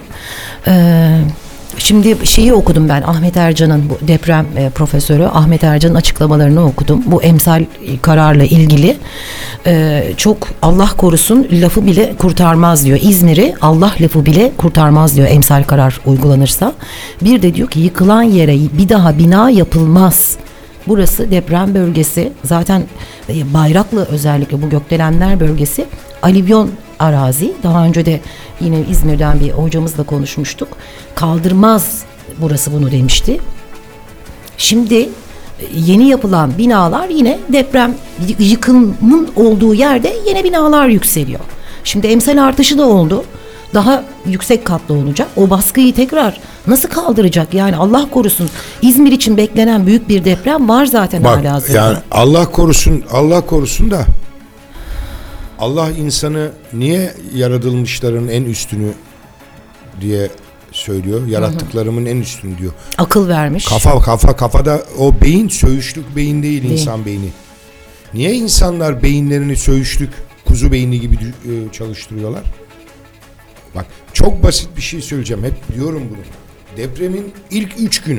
Şimdi şeyi okudum ben, Ahmet Ercan'ın, bu deprem profesörü Ahmet Ercan'ın açıklamalarını okudum. Bu emsal kararla ilgili çok Allah korusun lafı bile kurtarmaz diyor. İzmir'i Allah lafı bile kurtarmaz diyor emsal karar uygulanırsa. Bir de diyor ki yıkılan yere bir daha bina yapılmaz. Burası deprem bölgesi. Zaten Bayraklı özellikle bu gökdelenler bölgesi alüvyon arazi. Daha önce de yine İzmir'den bir hocamızla konuşmuştuk. Kaldırmaz burası bunu demişti. Şimdi yeni yapılan binalar yine deprem yıkımın olduğu yerde yeni binalar yükseliyor. Şimdi emsal artışı da oldu. Daha yüksek katlı olacak. O baskıyı tekrar nasıl kaldıracak? Yani Allah korusun, İzmir için beklenen büyük bir deprem var zaten hala. Yani Allah korusun da Allah insanı niye yaratılmışların en üstünü diye söylüyor. Yarattıklarımın en üstünü diyor. Akıl vermiş. Kafada o beyin söğüşlük beyin değil insan beyni. Niye insanlar beyinlerini söğüşlük kuzu beyni gibi çalıştırıyorlar? Bak çok basit bir şey söyleyeceğim. Hep diyorum bunu. Depremin ilk 3 günü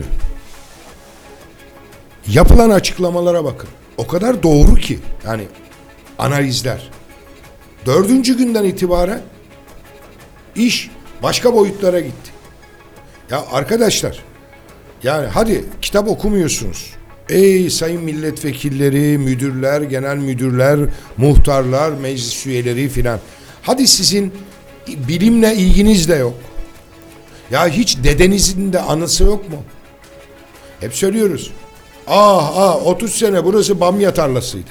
yapılan açıklamalara bakın. O kadar doğru ki yani analizler. 4. günden itibaren iş başka boyutlara gitti. Ya arkadaşlar, yani hadi kitap okumuyorsunuz. Ey sayın milletvekilleri, müdürler, genel müdürler, muhtarlar, meclis üyeleri filan. Hadi sizin bilimle ilginiz de yok. Ya hiç dedenizin de anısı yok mu? Hep söylüyoruz. Ah 30 sene burası bamya tarlasıydı.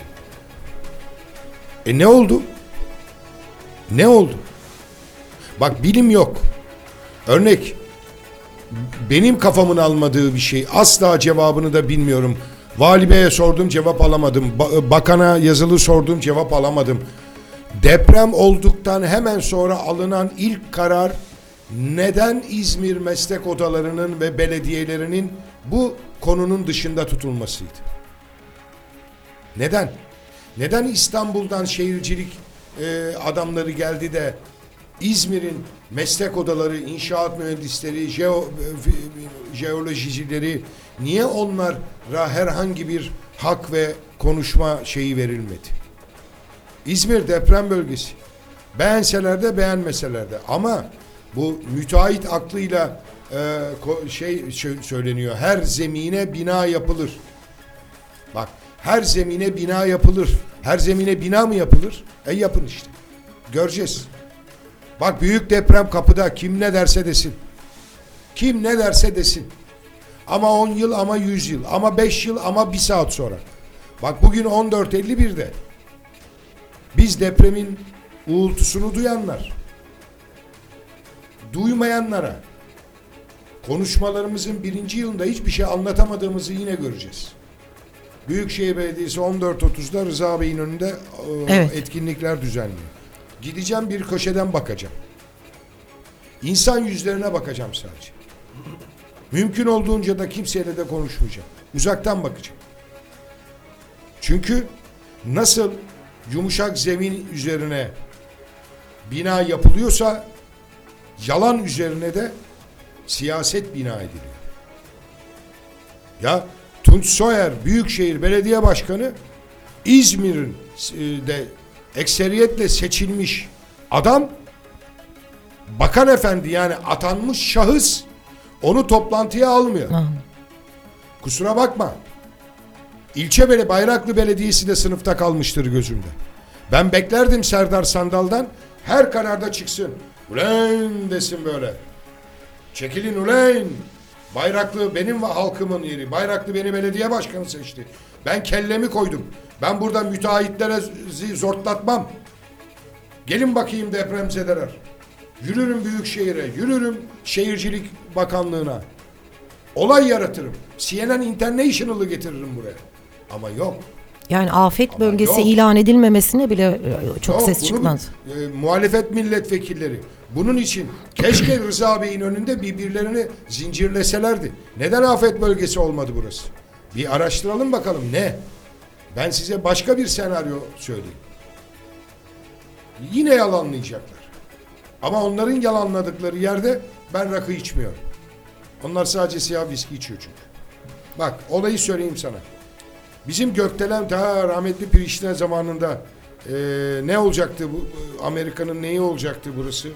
Ne oldu? Ne oldu? Bak bilim yok. Örnek, benim kafamın almadığı bir şey, asla cevabını da bilmiyorum. Vali Bey'e sordum, cevap alamadım. Bakana yazılı sordum, cevap alamadım. Deprem olduktan hemen sonra alınan ilk karar, neden İzmir meslek odalarının ve belediyelerinin bu konunun dışında tutulmasıydı? Neden? Neden İstanbul'dan şehircilik adamları geldi de İzmir'in meslek odaları, inşaat mühendisleri, jeolojicileri, niye onlara herhangi bir hak ve konuşma şeyi verilmedi? İzmir deprem bölgesi. Beğenseler de beğenmeseler de. Ama bu müteahhit aklıyla söyleniyor. Her zemine bina yapılır. Bak, her zemine bina yapılır. Her zemine bina mı yapılır? Yapın işte. Göreceğiz. Bak, büyük deprem kapıda, kim ne derse desin. Kim ne derse desin. Ama 10 yıl, ama 100 yıl, ama 5 yıl, ama 1 saat sonra. Bak, bugün 14.51'de. Biz depremin uğultusunu duyanlar, duymayanlara, konuşmalarımızın 1. yılında hiçbir şey anlatamadığımızı yine göreceğiz. Büyükşehir Belediyesi 14.30'da Rıza Bey'in önünde etkinlikler düzenliyor. Gideceğim, bir köşeden bakacağım. İnsan yüzlerine bakacağım sadece. Mümkün olduğunca da kimseyle de konuşmayacağım. Uzaktan bakacağım. Çünkü nasıl yumuşak zemin üzerine bina yapılıyorsa, yalan üzerine de siyaset bina ediliyor. Ya Tunç Soyer Büyükşehir Belediye Başkanı, İzmir'in de ekseriyetle seçilmiş adam, bakan efendi, yani atanmış şahıs, onu toplantıya almıyor. Kusura bakma. Bayraklı Belediyesi de sınıfta kalmıştır gözümde. Ben beklerdim Serdar Sandal'dan her kararda çıksın. Ulan desin böyle. Çekilin ulan. Bayraklı benim halkımın yeri. Bayraklı beni belediye başkanı seçti. Ben kellemi koydum. Ben burada müteahhitlere zortlatmam. Gelin bakayım depremzedeler. Yürürüm Büyükşehir'e, yürürüm Şehircilik Bakanlığı'na. Olay yaratırım. CNN International'ı getiririm buraya. Ama yok. Yani afet Ama bölgesi yok. ilan edilmemesine bile çok Yok, ses çıkmaz. Muhalefet milletvekilleri bunun için keşke Rıza Bey'in önünde birbirlerini zincirleselerdi. Neden afet bölgesi olmadı burası? Bir araştıralım bakalım ne? Ben size başka bir senaryo söyleyeyim. Yine yalanlayacaklar. Ama onların yalanladıkları yerde ben rakı içmiyorum. Onlar sadece siyah viski içiyor çünkü. Bak, olayı söyleyeyim sana. Bizim gökdelen ta rahmetli Priştine zamanında ne olacaktı bu? Amerika'nın neyi olacaktı burası?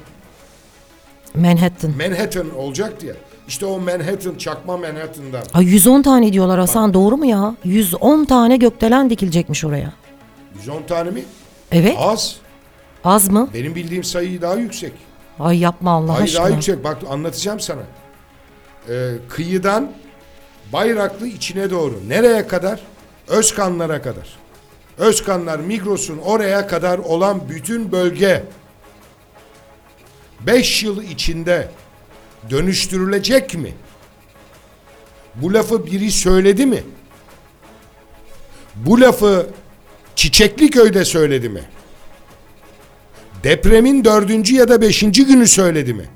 Manhattan olacaktı ya. İşte o Manhattan, çakma Manhattan'dan. 110 tane diyorlar Hasan, doğru mu ya? 110 tane gökdelen dikilecekmiş oraya. 110 tane mi? Evet. Az. Az mı? Benim bildiğim sayı daha yüksek. Ay yapma Allah Hayır, aşkına. daha yüksek. Bak, anlatacağım sana. Kıyıdan Bayraklı içine doğru. Nereye kadar? Özkanlara kadar. Özkanlar, Migros'un oraya kadar olan bütün bölge 5 yıl içinde dönüştürülecek mi? Bu lafı biri söyledi mi? Bu lafı Çiçekliköy'de söyledi mi? Depremin 4. ya da 5. günü söyledi mi?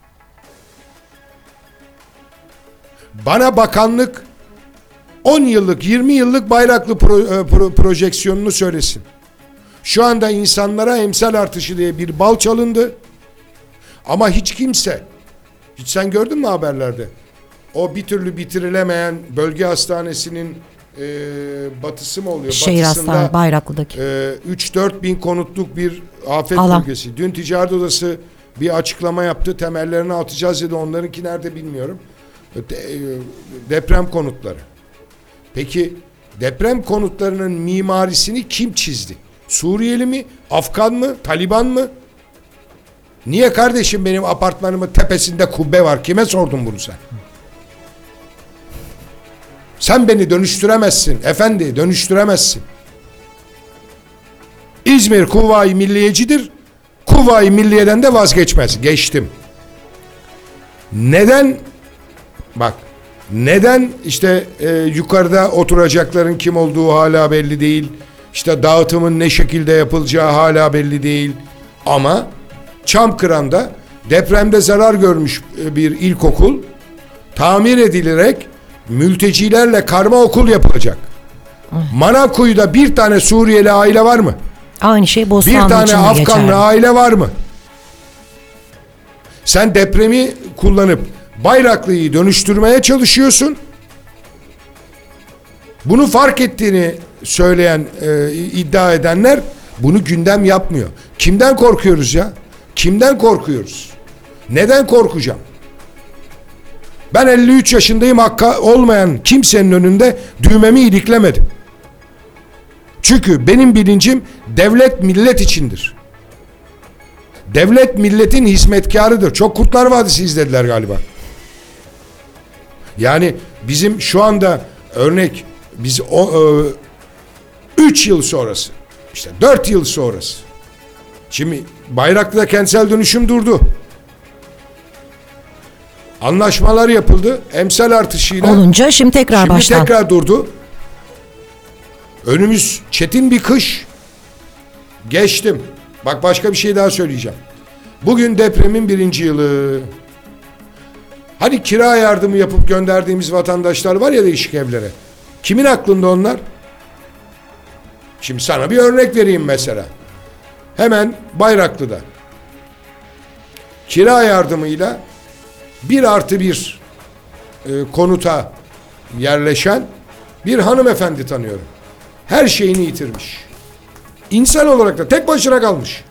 Bana bakanlık 10 yıllık, 20 yıllık Bayraklı projeksiyonunu söylesin. Şu anda insanlara emsal artışı diye bir bal çalındı. Ama hiç kimse, hiç sen gördün mü haberlerde? O bir türlü bitirilemeyen bölge hastanesinin batısı mı oluyor? Şehir Hastane Bayraklı'daki. 3-4 bin konutluk bir afet bölgesi. Dün Ticaret Odası bir açıklama yaptı. Temellerini atacağız dedi. Onlarınki nerede bilmiyorum. Deprem konutları. Peki deprem konutlarının mimarisini kim çizdi? Suriyeli mi? Afgan mı? Taliban mı? Niye kardeşim benim apartmanımın tepesinde kubbe var? Kime sordun bunu sen? Sen beni dönüştüremezsin. Efendi, dönüştüremezsin. İzmir Kuvayi Milliyecidir. Kuvayi Milliye'den de vazgeçmez. Geçtim. Neden? Bak. Neden işte yukarıda oturacakların kim olduğu hala belli değil. İşte dağıtımın ne şekilde yapılacağı hala belli değil. Ama Çamkıran'da depremde zarar görmüş bir ilkokul tamir edilerek mültecilerle karma okul yapılacak. Manavkuyu'da bir tane Suriyeli aile var mı? Aynı şey Bir Bostanlı tane için de Afganlı geçerli. aile var mı? Sen depremi kullanıp Bayraklı'yı dönüştürmeye çalışıyorsun. Bunu fark ettiğini söyleyen, iddia edenler bunu gündem yapmıyor. Kimden korkuyoruz ya? Kimden korkuyoruz? Neden korkacağım? Ben 53 yaşındayım, hakkı olmayan kimsenin önünde düğmemi iliklemedim. Çünkü benim bilincim devlet millet içindir. Devlet milletin hizmetkarıdır. Çok Kurtlar Vadisi izlediler galiba. Yani bizim şu anda örnek biz 3 yıl sonrası, işte 4 yıl sonrası. Şimdi Bayraklı'da kentsel dönüşüm durdu. Anlaşmalar yapıldı. Emsal artışıyla. Olunca şimdi tekrar baştan. Tekrar durdu. Önümüz çetin bir kış. Geçtim. Bak başka bir şey daha söyleyeceğim. Bugün depremin 1. yılı. Hani kira yardımı yapıp gönderdiğimiz vatandaşlar var ya değişik evlere. Kimin aklında onlar? Şimdi sana bir örnek vereyim mesela. Hemen Bayraklı'da. Kira yardımıyla 1+1 konuta yerleşen bir hanımefendi tanıyorum. Her şeyini yitirmiş. İnsan olarak da tek başına kalmış.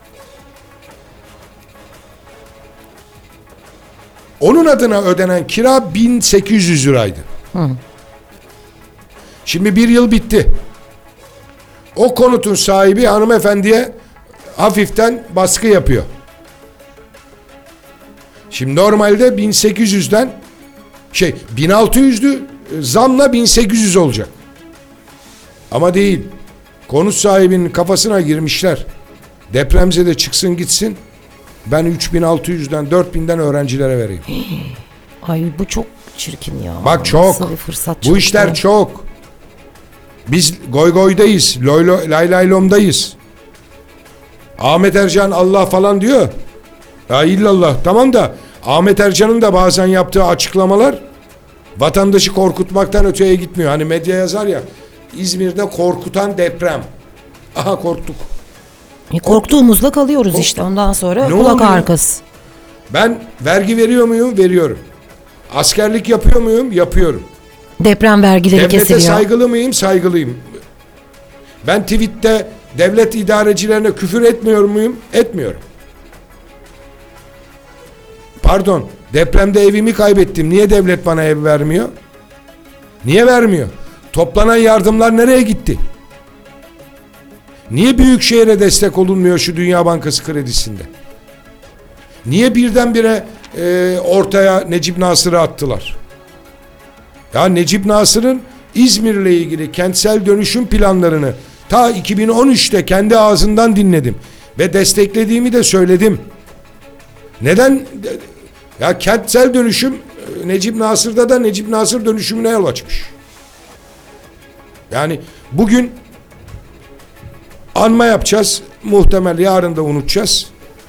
Onun adına ödenen kira 1800 liraydı. Şimdi 1 yıl bitti. O konutun sahibi hanımefendiye hafiften baskı yapıyor. Şimdi normalde 1800'den 1600'dü, zamla 1800 olacak. Ama değil. Konut sahibinin kafasına girmişler. Depremzede çıksın gitsin. Ben 3600'den 4000'den öğrencilere vereyim. Ay bu çok çirkin ya. Bak çok. Nasıl bir fırsat Bu çıktı? işler çok. Biz goy goydayız. Lay lay lomdayız. Ahmet Ercan Allah falan diyor. Ya illallah. Tamam da Ahmet Ercan'ın da bazen yaptığı açıklamalar vatandaşı korkutmaktan öteye gitmiyor. Hani medya yazar ya, İzmir'de korkutan deprem. Aha korktuk. Korktuğumuzda kalıyoruz işte. Ondan sonra Ne kulak oluyor? arkası. Ben vergi veriyor muyum? Veriyorum. Askerlik yapıyor muyum? Yapıyorum. Deprem vergileri Devlete kesiliyor. saygılı mıyım? Saygılıyım. Ben tweette devlet idarecilerine küfür etmiyor muyum? Etmiyorum. Pardon, depremde evimi kaybettim. Niye devlet bana ev vermiyor? Niye vermiyor? Toplanan yardımlar nereye gitti? Niye Büyükşehir'e destek olunmuyor şu Dünya Bankası kredisinde? Niye birdenbire ortaya Necip Nasır'ı attılar? Ya Necip Nasır'ın İzmir'le ilgili kentsel dönüşüm planlarını ta 2013'te kendi ağzından dinledim. Ve desteklediğimi de söyledim. Neden? Ya kentsel dönüşüm Necip Nasır'da da Necip Nasır dönüşümüne yol açmış. Yani bugün anma yapacağız. Muhtemel yarın da unutacağız.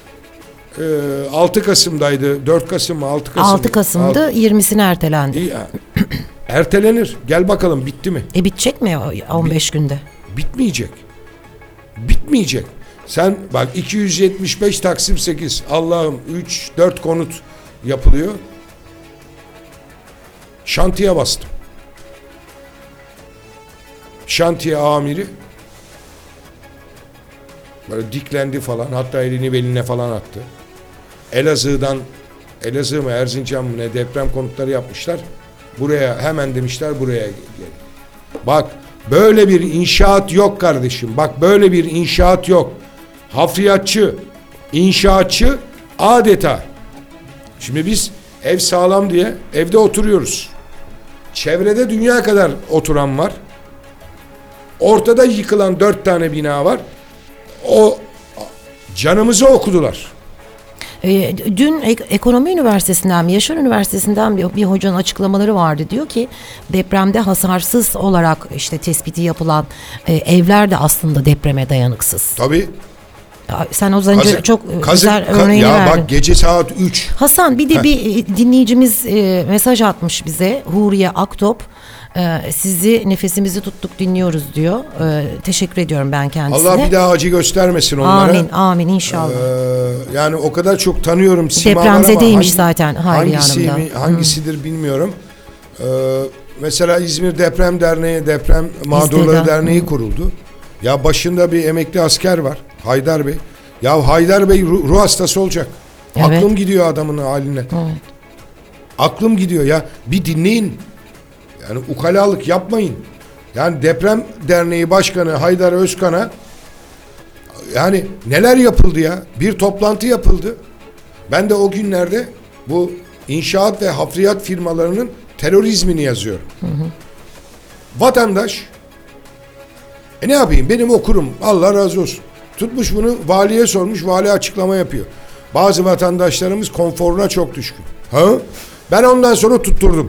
6 Kasım'daydı. 4 Kasım mı? 6 Kasım. 6 Kasım'da 20'sine ertelendi. İyi. Ertelenir. Gel bakalım bitti mi? Bitecek mi 15 günde? Bitmeyecek. Bitmeyecek. Sen bak 275 Taksim 8. Allah'ım 3-4 konut yapılıyor. Şantiye bastım. Şantiye amiri böyle diklendi falan. Hatta elini beline falan attı. Elazığ mı Erzincan mı ne deprem konutları yapmışlar. Buraya hemen demişler buraya gel. Bak böyle bir inşaat yok kardeşim. Bak böyle bir inşaat yok. Hafriyatçı, inşaatçı adeta. Şimdi biz ev sağlam diye evde oturuyoruz. Çevrede dünya kadar oturan var. Ortada yıkılan 4 tane bina var. O canımızı okudular. Dün Ekonomi Üniversitesi'nden, Yaşar Üniversitesi'nden bir hocanın açıklamaları vardı. Diyor ki depremde hasarsız olarak işte tespiti yapılan evler de aslında depreme dayanıksız. Tabii. Sen o önce çok güzel örneğini ya verdin. bak gece saat 3. Hasan bir de bir dinleyicimiz mesaj atmış bize. Huriye Aktop. Sizi nefesimizi tuttuk dinliyoruz diyor. Teşekkür ediyorum ben kendisine. Allah bir daha acı göstermesin onlara. Amin amin inşallah. Yani o kadar çok tanıyorum simalar ama Depremzedeymiş zaten Hayriye Hanım da. Hangisidir bilmiyorum. Mesela İzmir Deprem Derneği, Deprem Mağdurları Derneği kuruldu. Ya başında bir emekli asker var. Haydar Bey. Ya Haydar Bey ruh hastası olacak. Evet. Aklım gidiyor adamın haline. Evet. Aklım gidiyor ya. Bir dinleyin. Yani ukalalık yapmayın. Yani Deprem Derneği Başkanı Haydar Özkan'a yani neler yapıldı ya? Bir toplantı yapıldı. Ben de o günlerde bu inşaat ve hafriyat firmalarının terörizmini yazıyorum. Vatandaş ne yapayım? Benim okurum. Allah razı olsun. Tutmuş bunu valiye sormuş. Vali açıklama yapıyor. Bazı vatandaşlarımız konforuna çok düşkün. Ben ondan sonra tutturdum.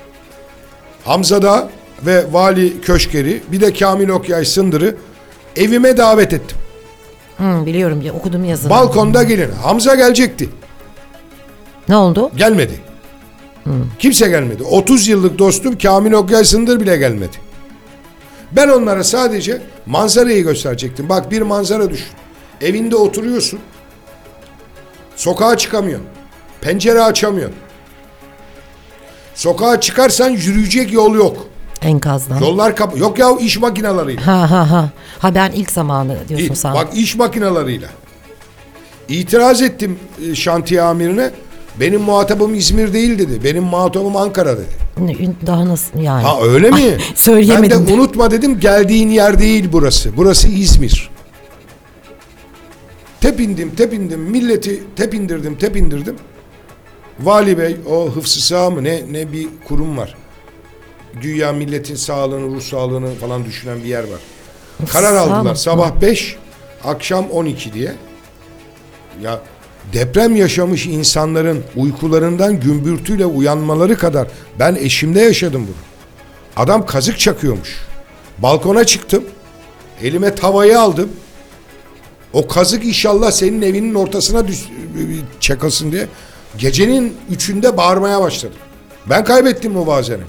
Hamza Dağ ve Vali Köşkeri bir de Kamil Okyay Sındır'ı evime davet ettim. Biliyorum ya okudum yazını. Balkonda gelin. Hamza gelecekti. Ne oldu? Gelmedi. Kimse gelmedi. 30 yıllık dostum Kamil Okyay Sındır bile gelmedi. Ben onlara sadece manzarayı gösterecektim. Bak bir manzara düşün. Evinde oturuyorsun. Sokağa çıkamıyorsun. Pencere açamıyorsun. Sokağa çıkarsan yürüyecek yol yok. Enkazdan. Yollar yok ya iş makinalarıyla. Ha ben ilk zamanı diyorsun sen. Bak iş makinalarıyla. İtiraz ettim şantiye amirine. Benim muhatabım İzmir değil dedi. Benim muhatabım Ankara dedi. Daha nasıl yani? Ha öyle mi? Söyleyemedim. Ben de unutma dedim geldiğin yer değil burası. Burası İzmir. Tepindim. Milleti tepindirdim. Vali Bey o hıfzı sağ mı ne bir kurum var. Güya milletin sağlığını, ruh sağlığını falan düşünen bir yer var. Karar aldılar. Sabah 5, akşam 12 diye. Ya deprem yaşamış insanların uykularından gümbürtüyle uyanmaları kadar ben eşimde yaşadım bunu. Adam kazık çakıyormuş. Balkona çıktım. Elime tavayı aldım. O kazık inşallah senin evinin ortasına çakasın diye. Gecenin 3'ünde bağırmaya başladım. Ben kaybettim muvazenemi.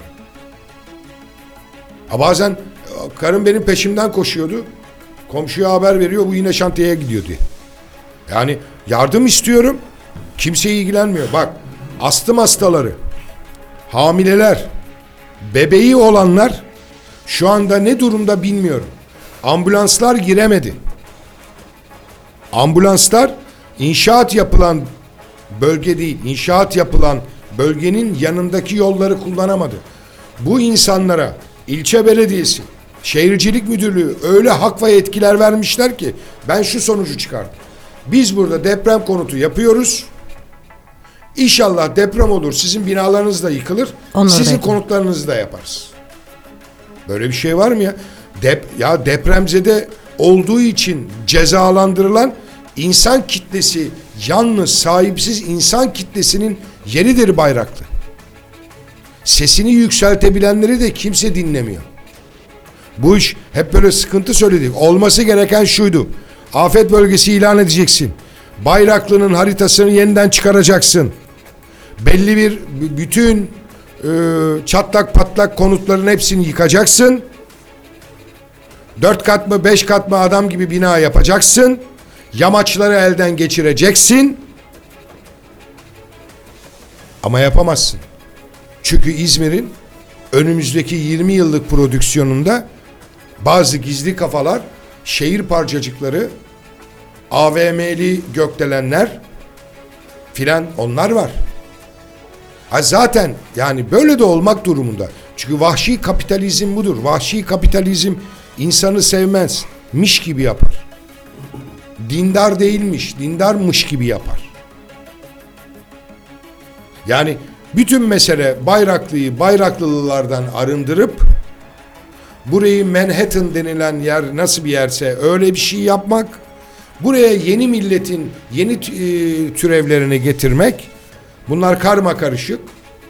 Bazen karım benim peşimden koşuyordu. Komşuya haber veriyor bu yine şantiyeye gidiyor diye. Yani yardım istiyorum. Kimse ilgilenmiyor. Bak astım hastaları, hamileler, bebeği olanlar şu anda ne durumda bilmiyorum. Ambulanslar giremedi. Ambulanslar inşaat yapılan bölge değil, inşaat yapılan bölgenin yanındaki yolları kullanamadı. Bu insanlara ilçe belediyesi, şehircilik müdürlüğü öyle hak ve yetkiler vermişler ki ben şu sonucu çıkardım. Biz burada deprem konutu yapıyoruz. İnşallah deprem olur, sizin binalarınız da yıkılır, sizin konutlarınızı da yaparız. Böyle bir şey var mı ya? Ya depremzede olduğu için cezalandırılan insan kitlesi, yalnız sahipsiz insan kitlesinin yeridir Bayraklı. Sesini yükseltebilenleri de kimse dinlemiyor. Bu iş hep böyle sıkıntı söyledik. Olması gereken şuydu. Afet bölgesi ilan edeceksin. Bayraklı'nın haritasını yeniden çıkaracaksın. Belli bir bütün çatlak patlak konutların hepsini yıkacaksın. 4 kat mı 5 kat mı adam gibi bina yapacaksın. Yamaçları elden geçireceksin. Ama yapamazsın. Çünkü İzmir'in önümüzdeki 20 yıllık prodüksiyonunda bazı gizli kafalar, şehir parçacıkları, AVM'li gökdelenler filan onlar var. Zaten yani böyle de olmak durumunda. Çünkü vahşi kapitalizm budur. Vahşi kapitalizm insanı sevmez. Miş gibi yapar. Dindar değilmiş, dindarmış gibi yapar. Yani Bütün mesele Bayraklı'yı Bayraklılardan arındırıp burayı Manhattan denilen yer nasıl bir yerse öyle bir şey yapmak, buraya yeni milletin yeni türevlerini getirmek. Bunlar karma karışık.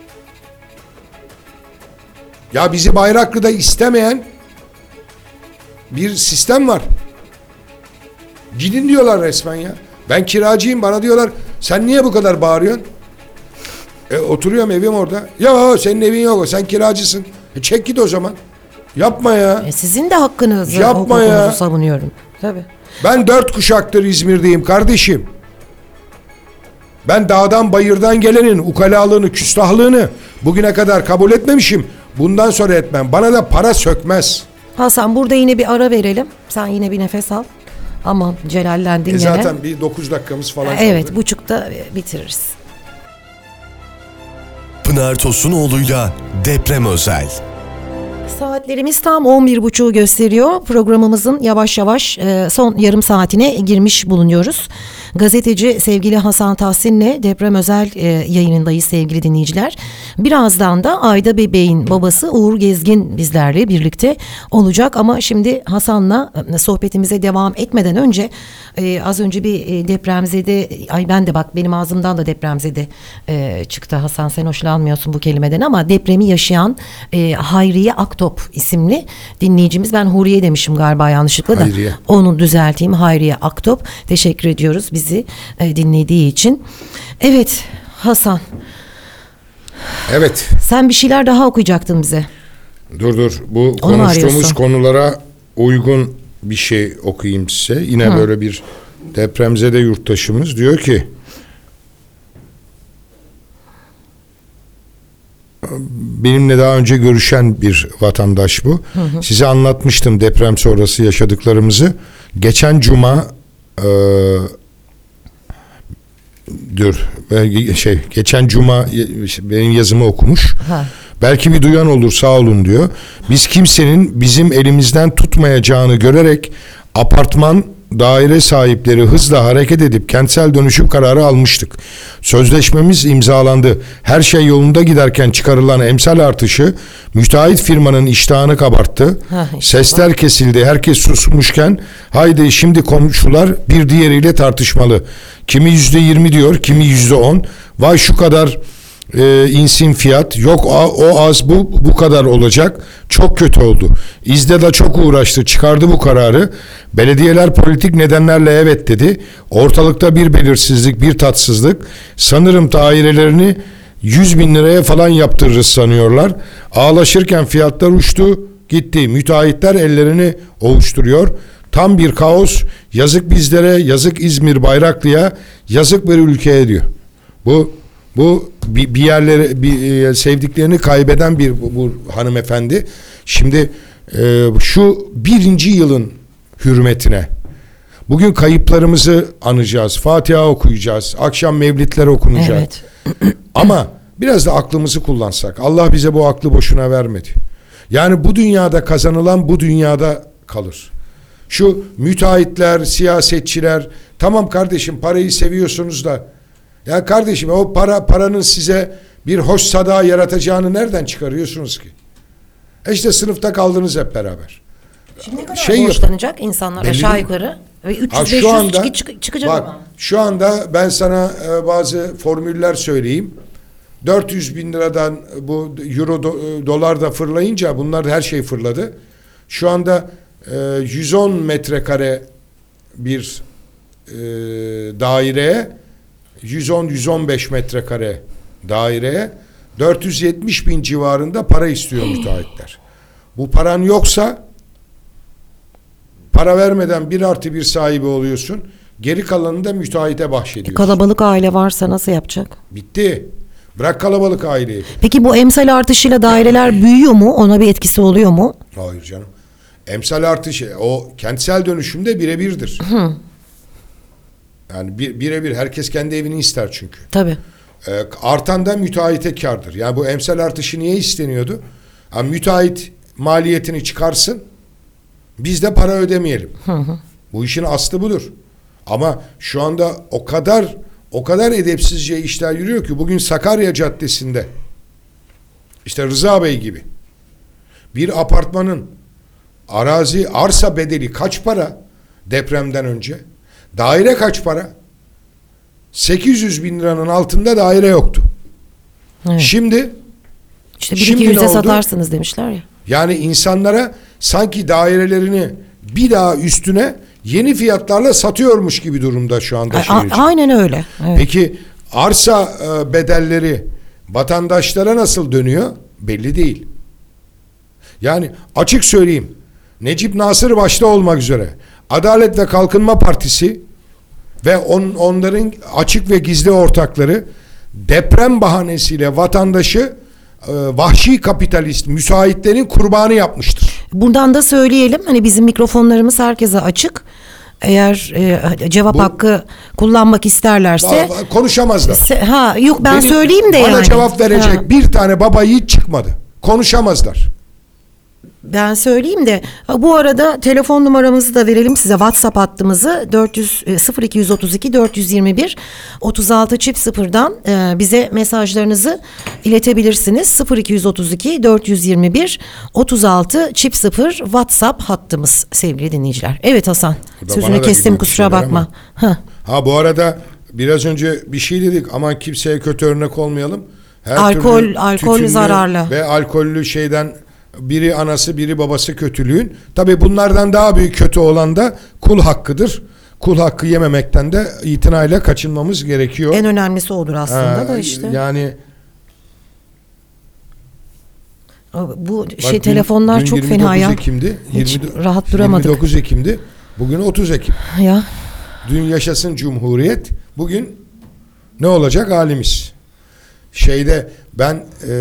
Ya bizi Bayraklı'da istemeyen bir sistem var. Gidin diyorlar resmen ya. Ben kiracıyım, bana diyorlar sen niye bu kadar bağırıyorsun? Oturuyorum, evim orada. Ya senin evin yok, sen kiracısın. Çek git o zaman. Yapma ya. Sizin de hakkınızı, Yapma ya. hukukunuzu savunuyorum. Tabii. Ben 4 kuşaktır İzmir'deyim kardeşim. Ben dağdan bayırdan gelenin ukalalığını, küstahlığını bugüne kadar kabul etmemişim. Bundan sonra etmem. Bana da para sökmez. Hasan, burada yine bir ara verelim. Sen yine bir nefes al. Aman celallendin gene. Zaten bir 9 dakikamız falan kaldı. Evet, buçukta bitiririz. Pınar Tosunoğlu'yla Deprem Özel. Saatlerimiz tam 11.30'u gösteriyor. Programımızın yavaş yavaş son yarım saatine girmiş bulunuyoruz. Gazeteci sevgili Hasan Tahsin'le Deprem Özel yayınındayız sevgili dinleyiciler. Birazdan da Ayda Bebeğin babası Uğur Gezgin bizlerle birlikte olacak. Ama şimdi Hasan'la sohbetimize devam etmeden önce az önce bir depremzede, ben de bak benim ağzımdan da depremzede çıktı Hasan, sen hoşlanmıyorsun bu kelimeden ama depremi yaşayan Hayriye Aktop isimli dinleyicimiz, ben Huriye demişim galiba yanlışlıkla da Hayriye. onu düzelteyim, Hayriye Aktop, teşekkür ediyoruz bizi dinlediği için. Evet Hasan, Evet. sen bir şeyler daha okuyacaktın bize. Dur. Bu Onu mu konuştuğumuz arıyorsun? konulara uygun bir şey okuyayım size. Yine böyle bir depremzede yurttaşımız diyor ki, benimle daha önce görüşen bir vatandaş bu. Size anlatmıştım deprem sonrası yaşadıklarımızı. Geçen cuma geçen cuma benim yazımı okumuş. Ha. Belki bir duyan olur, sağ olun diyor. Biz kimsenin bizim elimizden tutmayacağını görerek apartman daire sahipleri hızla hareket edip kentsel dönüşüm kararı almıştık. Sözleşmemiz imzalandı. Her şey yolunda giderken çıkarılan emsal artışı müteahhit firmanın iştahını kabarttı. Sesler kesildi. Herkes susmuşken haydi şimdi komşular bir diğeriyle tartışmalı. Kimi %20 diyor, kimi %10. Vay şu kadar insin fiyat, yok o az, bu kadar olacak, çok kötü oldu. İzdeda çok uğraştı, çıkardı bu kararı. Belediyeler politik nedenlerle evet dedi. Ortalıkta bir belirsizlik, bir tatsızlık. Sanırım dairelerini 100.000 liraya falan yaptırırız sanıyorlar. Ağlaşırken fiyatlar uçtu gitti. Müteahhitler ellerini ovuşturuyor. Tam bir kaos. Yazık bizlere, yazık İzmir Bayraklı'ya, yazık bir ülkeye diyor. Bu bir yerlere sevdiklerini kaybeden bu hanımefendi. Şimdi şu 1. yılın hürmetine bugün kayıplarımızı anacağız. Fatiha okuyacağız. Akşam mevlidler okunacak. Evet. Ama biraz da aklımızı kullansak. Allah bize bu aklı boşuna vermedi. Yani bu dünyada kazanılan bu dünyada kalır. Şu müteahhitler, siyasetçiler, tamam kardeşim parayı seviyorsunuz da, ya kardeşim o paranın size bir hoş sada yaratacağını nereden çıkarıyorsunuz ki? İşte sınıfta kaldınız hep beraber. Şimdi ne kadar borçlanacak insanlar Belli aşağı değil. yukarı? Ve Şu anda 300-500 çıkacak bak, ama. şu anda ben sana bazı formüller söyleyeyim. 400.000 liradan bu euro dolar da fırlayınca bunlar her şey fırladı. Şu anda 110 metrekare bir daireye, 110-115 metrekare daireye 470.000 civarında para istiyor müteahhitler. Bu paran yoksa para vermeden 1+1 sahibi oluyorsun. Geri kalanını da müteahhite bahşediyorsun. Kalabalık aile varsa nasıl yapacak? Bitti. Bırak kalabalık aileyi. Peki bu emsal artışıyla daireler büyüyor mu? Ona bir etkisi oluyor mu? Hayır canım. Emsal artışı o kentsel dönüşümde birebirdir. Yani birebir herkes kendi evini ister çünkü. Tabii. Artan da müteahhite kârdır. Yani bu emsal artışı niye isteniyordu? Yani müteahhit maliyetini çıkarsın, biz de para ödemeyelim. Bu işin aslı budur. Ama şu anda o kadar edepsizce işler yürüyor ki bugün Sakarya Caddesi'nde işte Rıza Bey gibi bir apartmanın arsa bedeli kaç para depremden önce? Daire kaç para? 800 bin liranın altında daire yoktu. Evet. Şimdi İşte şimdi 1-2 ne yüze oldu? satarsınız demişler ya. Yani insanlara sanki dairelerini bir daha üstüne yeni fiyatlarla satıyormuş gibi durumda şu anda şehirci. Aynen öyle. Evet. Peki arsa bedelleri vatandaşlara nasıl dönüyor? Belli değil. Yani açık söyleyeyim, Necip Nasır başta olmak üzere Adalet ve Kalkınma Partisi ve onların açık ve gizli ortakları deprem bahanesiyle vatandaşı vahşi kapitalist müteahhitlerin kurbanı yapmıştır. Buradan da söyleyelim, hani bizim mikrofonlarımız herkese açık. Eğer cevap hakkı kullanmak isterlerse konuşamazlar. Yok ben söyleyeyim de bana yani. cevap verecek bir tane baba yiğit çıkmadı. Konuşamazlar. Ben söyleyeyim de bu arada telefon numaramızı da verelim size, WhatsApp hattımızı 0232 421 36 çift sıfırdan bize mesajlarınızı iletebilirsiniz. 0232 421 36 çift sıfır WhatsApp hattımız sevgili dinleyiciler. Evet Hasan, sözünü kestim, kusura bakma. Bu arada biraz önce bir şey dedik, aman kimseye kötü örnek olmayalım. Alkol zararlı ve alkollü şeyden biri anası biri babası kötülüğün. Tabii bunlardan daha büyük kötü olan da kul hakkıdır. Kul hakkı yememekten de itinayla kaçınmamız gerekiyor. En önemlisi odur aslında da işte. Yani bu telefonlar çok fena ya. Ekim'di. Hiç rahat duramadık. 29 Ekim'di. Bugün 30 Ekim. Ya. Dün yaşasın Cumhuriyet. Bugün ne olacak halimiz? Ben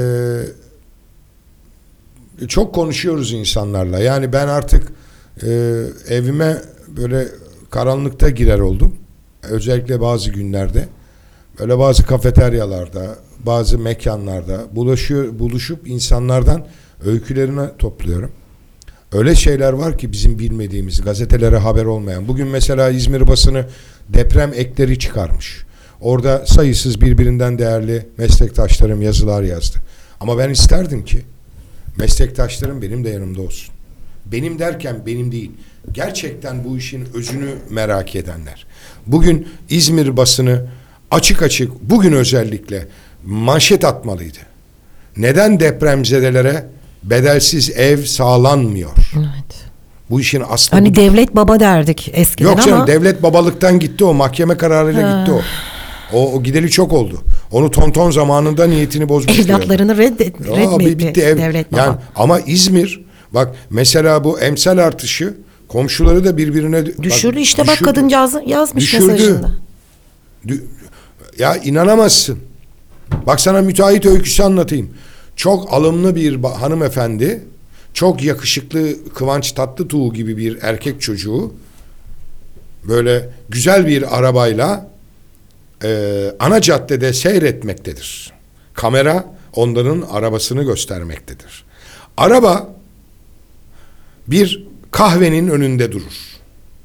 çok konuşuyoruz insanlarla. Yani ben artık evime böyle karanlıkta girer oldum. Özellikle bazı günlerde. Böyle bazı kafeteryalarda, bazı mekanlarda buluşup insanlardan öykülerini topluyorum. Öyle şeyler var ki bizim bilmediğimiz, gazetelere haber olmayan. Bugün mesela İzmir basını deprem ekleri çıkarmış. Orada sayısız birbirinden değerli meslektaşlarım yazılar yazdı. Ama ben isterdim ki meslektaşlarım benim de yanımda olsun. Benim derken benim değil. Gerçekten bu işin özünü merak edenler. Bugün İzmir basını açık bugün özellikle manşet atmalıydı. Neden depremzedelere bedelsiz ev sağlanmıyor? Evet. Bu işin aslı hani budur. Devlet baba derdik eskiden. Yok canım, ama devlet babalıktan gitti o. Mahkeme kararıyla gitti o. O gideli çok oldu. Onu tonton zamanında niyetini bozmuş. Evlatlarını reddetmedi devlet baba. Yani, ama İzmir bak mesela bu emsal artışı komşuları da birbirine düşürdü. Bak kadıncağız yazmış mesajında. Ya inanamazsın. Bak sana müteahhit öyküsü anlatayım. Çok alımlı bir hanımefendi, çok yakışıklı Kıvanç Tatlıtuğ gibi bir erkek çocuğu böyle güzel bir arabayla ana caddede seyretmektedir. Kamera onların arabasını göstermektedir. Araba bir kahvenin önünde durur.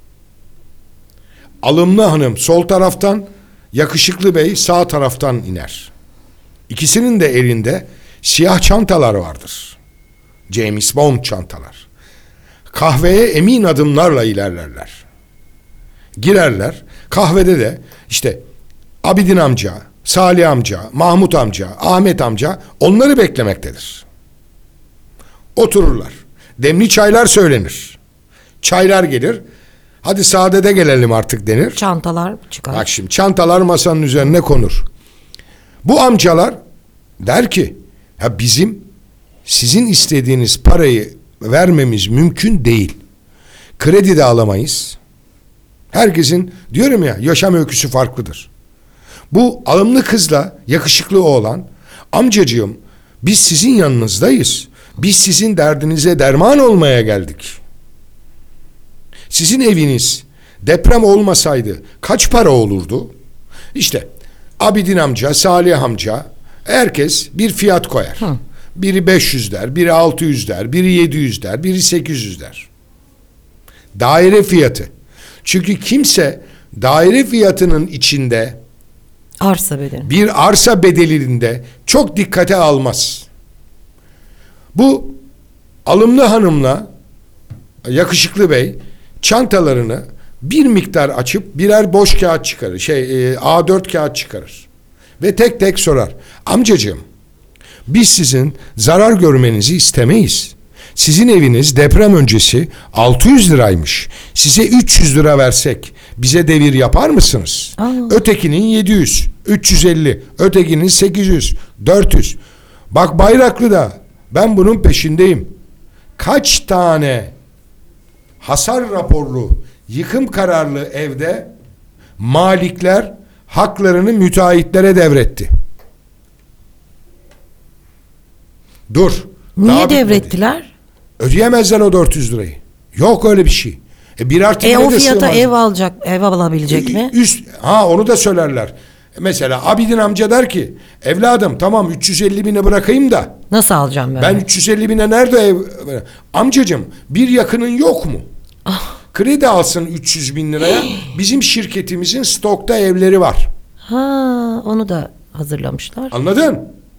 Alımlı hanım sol taraftan, yakışıklı bey sağ taraftan iner. İkisinin de elinde siyah çantalar vardır. James Bond çantalar. Kahveye emin adımlarla ilerlerler. Girerler. Kahvede de işte Abidin amca, Salih amca, Mahmut amca, Ahmet amca onları beklemektedir. Otururlar. Demli çaylar söylenir. Çaylar gelir. Hadi sadede gelelim artık denir. Çantalar çıkar. Bak şimdi çantalar masanın üzerine konur. Bu amcalar der ki ya sizin istediğiniz parayı vermemiz mümkün değil. Kredi de alamayız. Herkesin diyorum ya yaşam öyküsü farklıdır. Bu alımlı kızla yakışıklı oğlan amcacığım biz sizin yanınızdayız. Biz sizin derdinize derman olmaya geldik. Sizin eviniz deprem olmasaydı kaç para olurdu? İşte Abidin amca, Salih amca herkes bir fiyat koyar. Biri 500 der, biri 600 der, biri 700 der, biri 800 der. Daire fiyatı. Çünkü kimse daire fiyatının içinde Arsa bedeli. Bir arsa bedelinde çok dikkate almaz. Bu alımlı hanımla yakışıklı bey çantalarını bir miktar açıp birer boş kağıt çıkarır. A4 kağıt çıkarır. Ve tek tek sorar. Amcacığım, biz sizin zarar görmenizi istemeyiz. Sizin eviniz deprem öncesi 600 liraymış. Size 300 lira versek bize devir yapar mısınız? Ötekinin 700, 350, ötekinin 800, 400. Bak Bayraklı'da ben bunun peşindeyim. Kaç tane hasar raporlu, yıkım kararlı evde malikler haklarını müteahhitlere devretti. Dur. Niye devrettiler? Ödeyemezler o 400 lirayı. Yok öyle bir şey. Bir artı O de fiyata sığmaz. ev alabilecek mi? Onu da söylerler. Mesela Abidin amca der ki, evladım tamam 350 bine bırakayım da. Nasıl alacağım ben? Ben 350 bine nerede ev? Amcacığım bir yakının yok mu? Kredi alsın 300 bin liraya. Bizim şirketimizin stokta evleri var. Onu da hazırlamışlar. Anladın?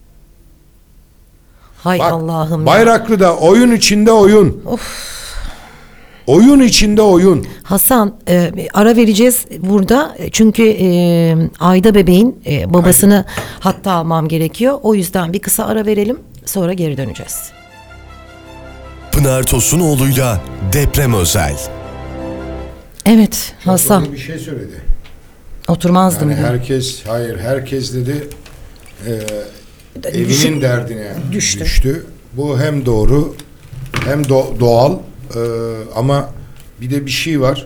Hay Bak, Allah'ım. Bayraklı'da oyun içinde oyun. Oyun içinde oyun. Hasan, ara vereceğiz burada. Çünkü Ayda bebeğin babasını hatta almam gerekiyor. O yüzden bir kısa ara verelim. Sonra geri döneceğiz. Pınar Tosunoğlu'yla Deprem Özel. Evet Hasan. Böyle bir şey söyledi. Oturmazdım. Yani diye. herkes dedi evinin derdine düştü. Bu hem doğru hem doğal ama bir de bir şey var.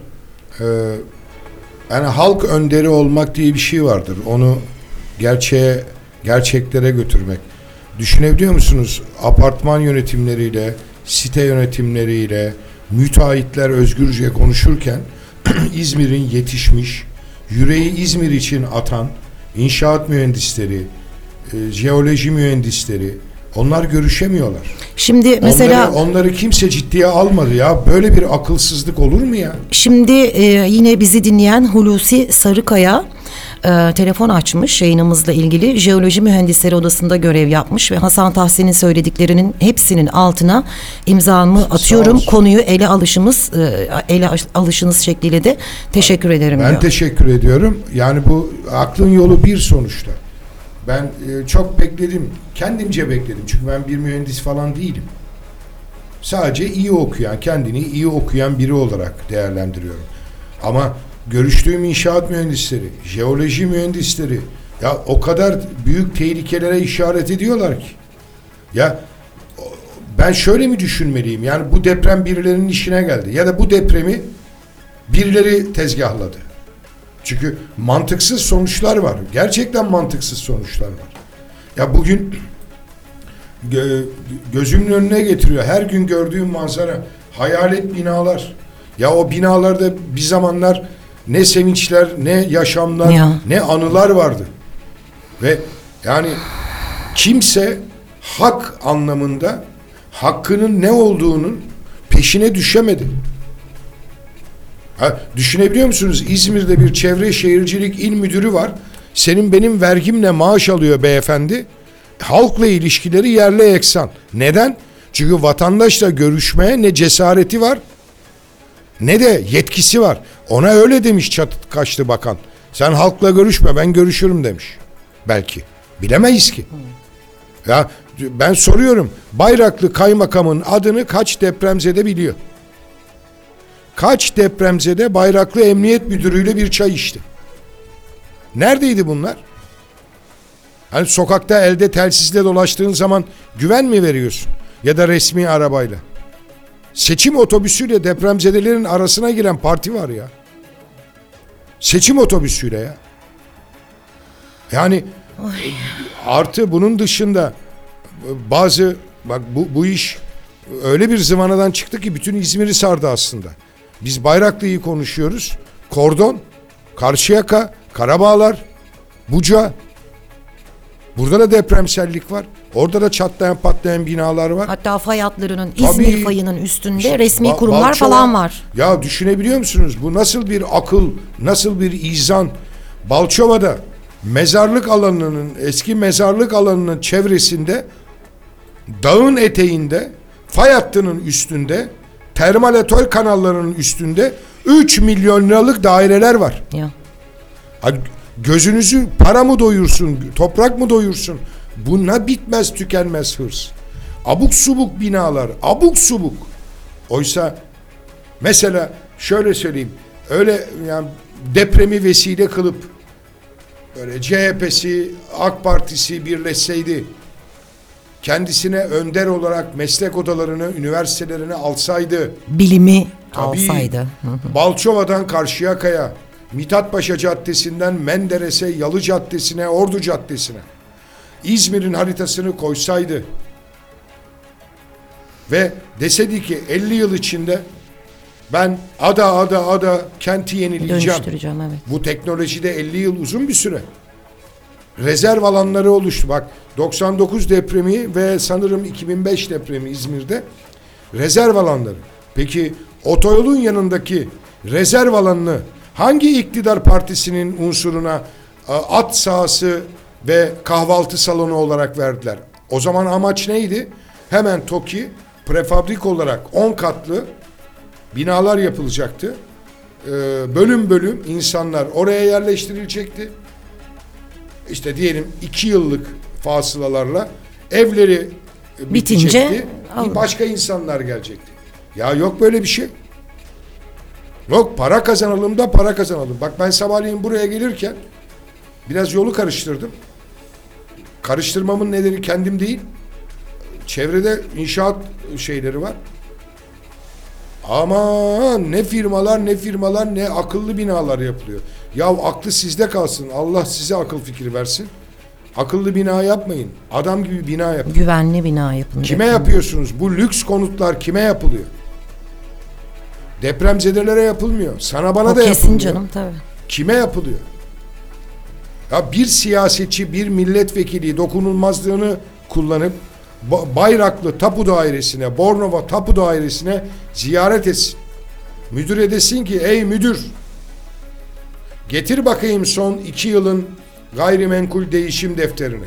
Yani halk önderi olmak diye bir şey vardır. Onu gerçeklere götürmek. Düşünebiliyor musunuz? Apartman yönetimleriyle, site yönetimleriyle müteahhitler özgürce konuşurken İzmir'in yetişmiş, yüreği İzmir için atan inşaat mühendisleri, jeoloji mühendisleri, onlar görüşemiyorlar. Şimdi mesela onları kimse ciddiye almadı ya. Böyle bir akılsızlık olur mu ya? şimdi yine bizi dinleyen Hulusi Sarıkaya telefon açmış yayınımızla ilgili. Jeoloji Mühendisleri Odası'nda görev yapmış ve Hasan Tahsin'in söylediklerinin hepsinin altına imzamı atıyorum. Konuyu ele alışınız şekliyle de teşekkür ederim Ben diyor. teşekkür ediyorum. Yani bu aklın yolu bir sonuçta. Ben çok bekledim. Kendimce bekledim. Çünkü ben bir mühendis falan değilim. Sadece iyi okuyan, kendini iyi okuyan biri olarak değerlendiriyorum. Ama görüştüğüm inşaat mühendisleri, jeoloji mühendisleri ya o kadar büyük tehlikelere işaret ediyorlar ki. Ya ben şöyle mi düşünmeliyim? Yani bu deprem birilerinin işine geldi. Ya da bu depremi birileri tezgahladı. Çünkü mantıksız sonuçlar var. Gerçekten mantıksız sonuçlar var. Ya bugün gözümün önüne getiriyor. Her gün gördüğüm manzara hayalet binalar. Ya o binalarda bir zamanlar ne sevinçler, ne yaşamlar, ne anılar vardı. Ve yani kimse hak anlamında hakkının ne olduğunun peşine düşemedi. Düşünebiliyor musunuz? İzmir'de bir çevre şehircilik il müdürü var. Senin benim vergimle maaş alıyor beyefendi. Halkla ilişkileri yerle eksan. Neden? Çünkü vatandaşla görüşmeye ne cesareti var ne de yetkisi var. Ona öyle demiş çatıt kaçtı bakan. Sen halkla görüşme, ben görüşürüm demiş. Belki. Bilemeyiz ki. Ya ben soruyorum. Bayraklı kaymakamın adını kaç depremzede biliyor? Kaç depremzede Bayraklı Emniyet Müdürü'yle bir çay içti? Neredeydi bunlar? Hani sokakta elde telsizle dolaştığın zaman güven mi veriyorsun? Ya da resmi arabayla. Seçim otobüsüyle depremzedelerin arasına giren parti var ya. Seçim otobüsüyle ya. Yani artı bunun dışında bazı bak bu iş öyle bir zıvanadan çıktı ki bütün İzmir'i sardı aslında. Biz Bayraklı'yı konuşuyoruz. Kordon, Karşıyaka, Karabağlar, Buca. Burada da depremsellik var. Orada da çatlayan patlayan binalar var. Hatta fay hatlarının İzmir fayının üstünde işte, resmi kurumlar Balçova falan var. Ya düşünebiliyor musunuz? Bu nasıl bir akıl, nasıl bir izan? Balçova'da mezarlık alanının, eski mezarlık alanının çevresinde, dağın eteğinde, fay hattının üstünde, termal atol kanallarının üstünde 3 milyon liralık daireler var. Ya. Gözünüzü para mı doyursun, toprak mı doyursun? Buna bitmez tükenmez hırs. Abuk subuk binalar, abuk subuk. Oysa mesela şöyle söyleyeyim, öyle yani depremi vesile kılıp böyle CHP'si, AK Partisi birleşseydi, kendisine önder olarak meslek odalarını, üniversitelerini alsaydı, Bilimi tabii, alsaydı. Balçova'dan Karşıyaka'ya, Mithatpaşa Caddesi'nden Menderes'e, Yalı Caddesi'ne, Ordu Caddesi'ne İzmir'in haritasını koysaydı ve deseydi ki 50 yıl içinde ben ada kenti yenileyeceğim. Dönüştüreceğim, evet. Bu teknolojide 50 yıl uzun bir süre. Rezerv alanları oluştu. Bak 99 depremi ve sanırım 2005 depremi İzmir'de rezerv alanları. Peki otoyolun yanındaki rezerv alanını hangi iktidar partisinin unsuruna at sahası ve kahvaltı salonu olarak verdiler? O zaman amaç neydi? Hemen TOKİ prefabrik olarak 10 katlı binalar yapılacaktı. Bölüm bölüm insanlar oraya yerleştirilecekti. İşte diyelim 2 yıllık fasılalarla evleri bitecekti. Başka insanlar gelecekti. Ya yok böyle bir şey. Yok, para kazanalım da para kazanalım. Bak ben sabahleyin buraya gelirken biraz yolu karıştırdım. Karıştırmamın nedeni kendim değil. Çevrede inşaat şeyleri var. Ama ne firmalar ne akıllı binalar yapılıyor. Ya aklı sizde kalsın. Allah size akıl fikri versin. Akıllı bina yapmayın. Adam gibi bina yapın. Güvenli bina yapın. Kime yapıyorsunuz? Bu lüks konutlar kime yapılıyor? Depremzedelere yapılmıyor. Sana bana o da kesin yapılmıyor. canım, tabii. Kime yapılıyor? Ya bir siyasetçi, bir milletvekili dokunulmazlığını kullanıp Bayraklı Tapu Dairesi'ne, Bornova Tapu Dairesi'ne ziyaret etsin. Müdüre desin ki ey müdür, getir bakayım son 2 yılın gayrimenkul değişim defterini.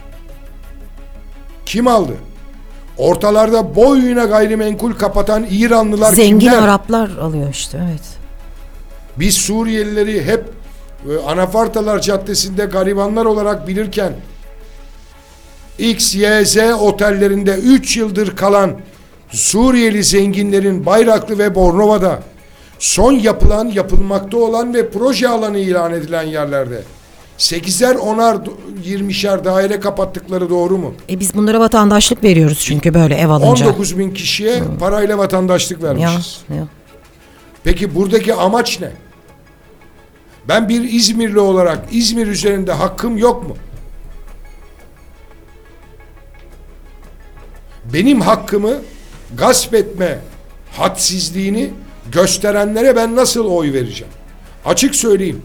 Kim aldı? Ortalarda boyuna gayrimenkul kapatan İranlılar zengin kimler? Araplar alıyor işte, evet. Biz Suriyelileri hep Anafartalar Caddesi'nde garibanlar olarak bilirken X, Y, Z otellerinde 3 yıldır kalan Suriyeli zenginlerin Bayraklı ve Bornova'da son yapılan, yapılmakta olan ve proje alanı ilan edilen yerlerde 8'er 10'ar 20'şer daire kapattıkları doğru mu? Biz bunlara vatandaşlık veriyoruz çünkü böyle ev alınca. 19 bin kişiye parayla vatandaşlık vermişiz. Ya. Peki buradaki amaç ne? Ben bir İzmirli olarak İzmir üzerinde hakkım yok mu? Benim hakkımı gasp etme hadsizliğini gösterenlere ben nasıl oy vereceğim? Açık söyleyeyim.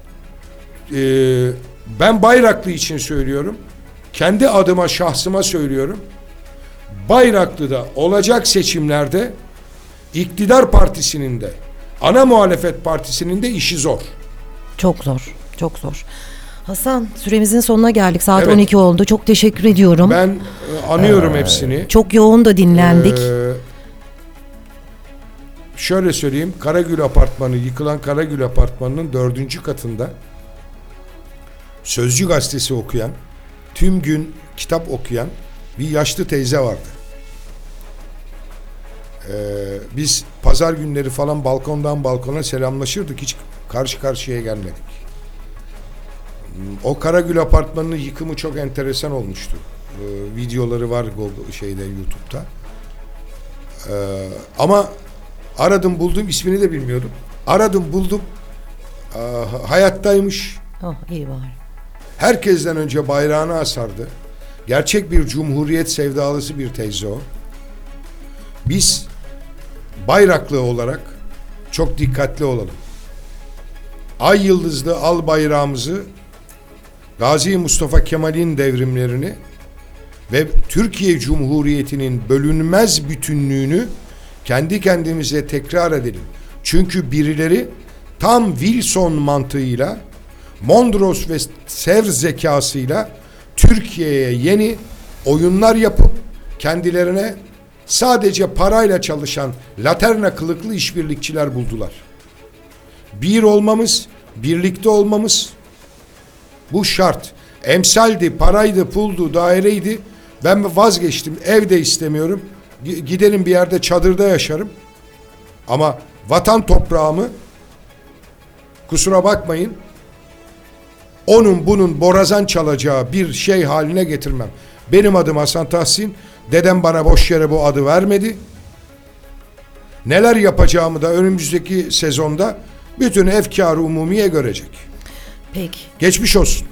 Ben Bayraklı için söylüyorum. Kendi adıma, şahsıma söylüyorum. Bayraklı'da olacak seçimlerde iktidar partisinin de ana muhalefet partisinin de işi zor. Çok zor. Çok zor. Hasan, süremizin sonuna geldik. Saat Evet. 12 oldu. Çok teşekkür ediyorum. Ben anıyorum hepsini. Çok yoğun da dinlendik. Şöyle söyleyeyim. Karagül Apartmanı, yıkılan Karagül Apartmanı'nın 4. katında Sözcü gazetesi okuyan, tüm gün kitap okuyan bir yaşlı teyze vardı. Biz pazar günleri falan balkondan balkona selamlaşırdık. Hiç karşı karşıya gelmedik. O Karagül Apartmanı'nın yıkımı çok enteresan olmuştu. Videoları var YouTube'da. Ama aradım buldum, ismini de bilmiyordum. Aradım buldum. Hayattaymış. Oh, iyi bari. Herkesten önce bayrağını asardı. Gerçek bir cumhuriyet sevdalısı bir teyze o. Biz Bayraklı olarak çok dikkatli olalım. Ay yıldızlı al bayrağımızı, Gazi Mustafa Kemal'in devrimlerini ve Türkiye Cumhuriyeti'nin bölünmez bütünlüğünü kendi kendimize tekrar edelim. Çünkü birileri tam Wilson mantığıyla Mondros ve sevr zekasıyla Türkiye'ye yeni oyunlar yapıp kendilerine sadece parayla çalışan laterna kılıklı işbirlikçiler buldular. Bir olmamız, birlikte olmamız bu şart. Emsaldi, paraydı, puldu, daireydi. Ben vazgeçtim. Ev de istemiyorum. Giderim bir yerde çadırda yaşarım. Ama vatan toprağımı, kusura bakmayın, onun bunun borazan çalacağı bir şey haline getirmem. Benim adım Hasan Tahsin. Dedem bana boş yere bu adı vermedi. Neler yapacağımı da önümüzdeki sezonda bütün efkar-ı umumiye görecek. Peki. Geçmiş olsun.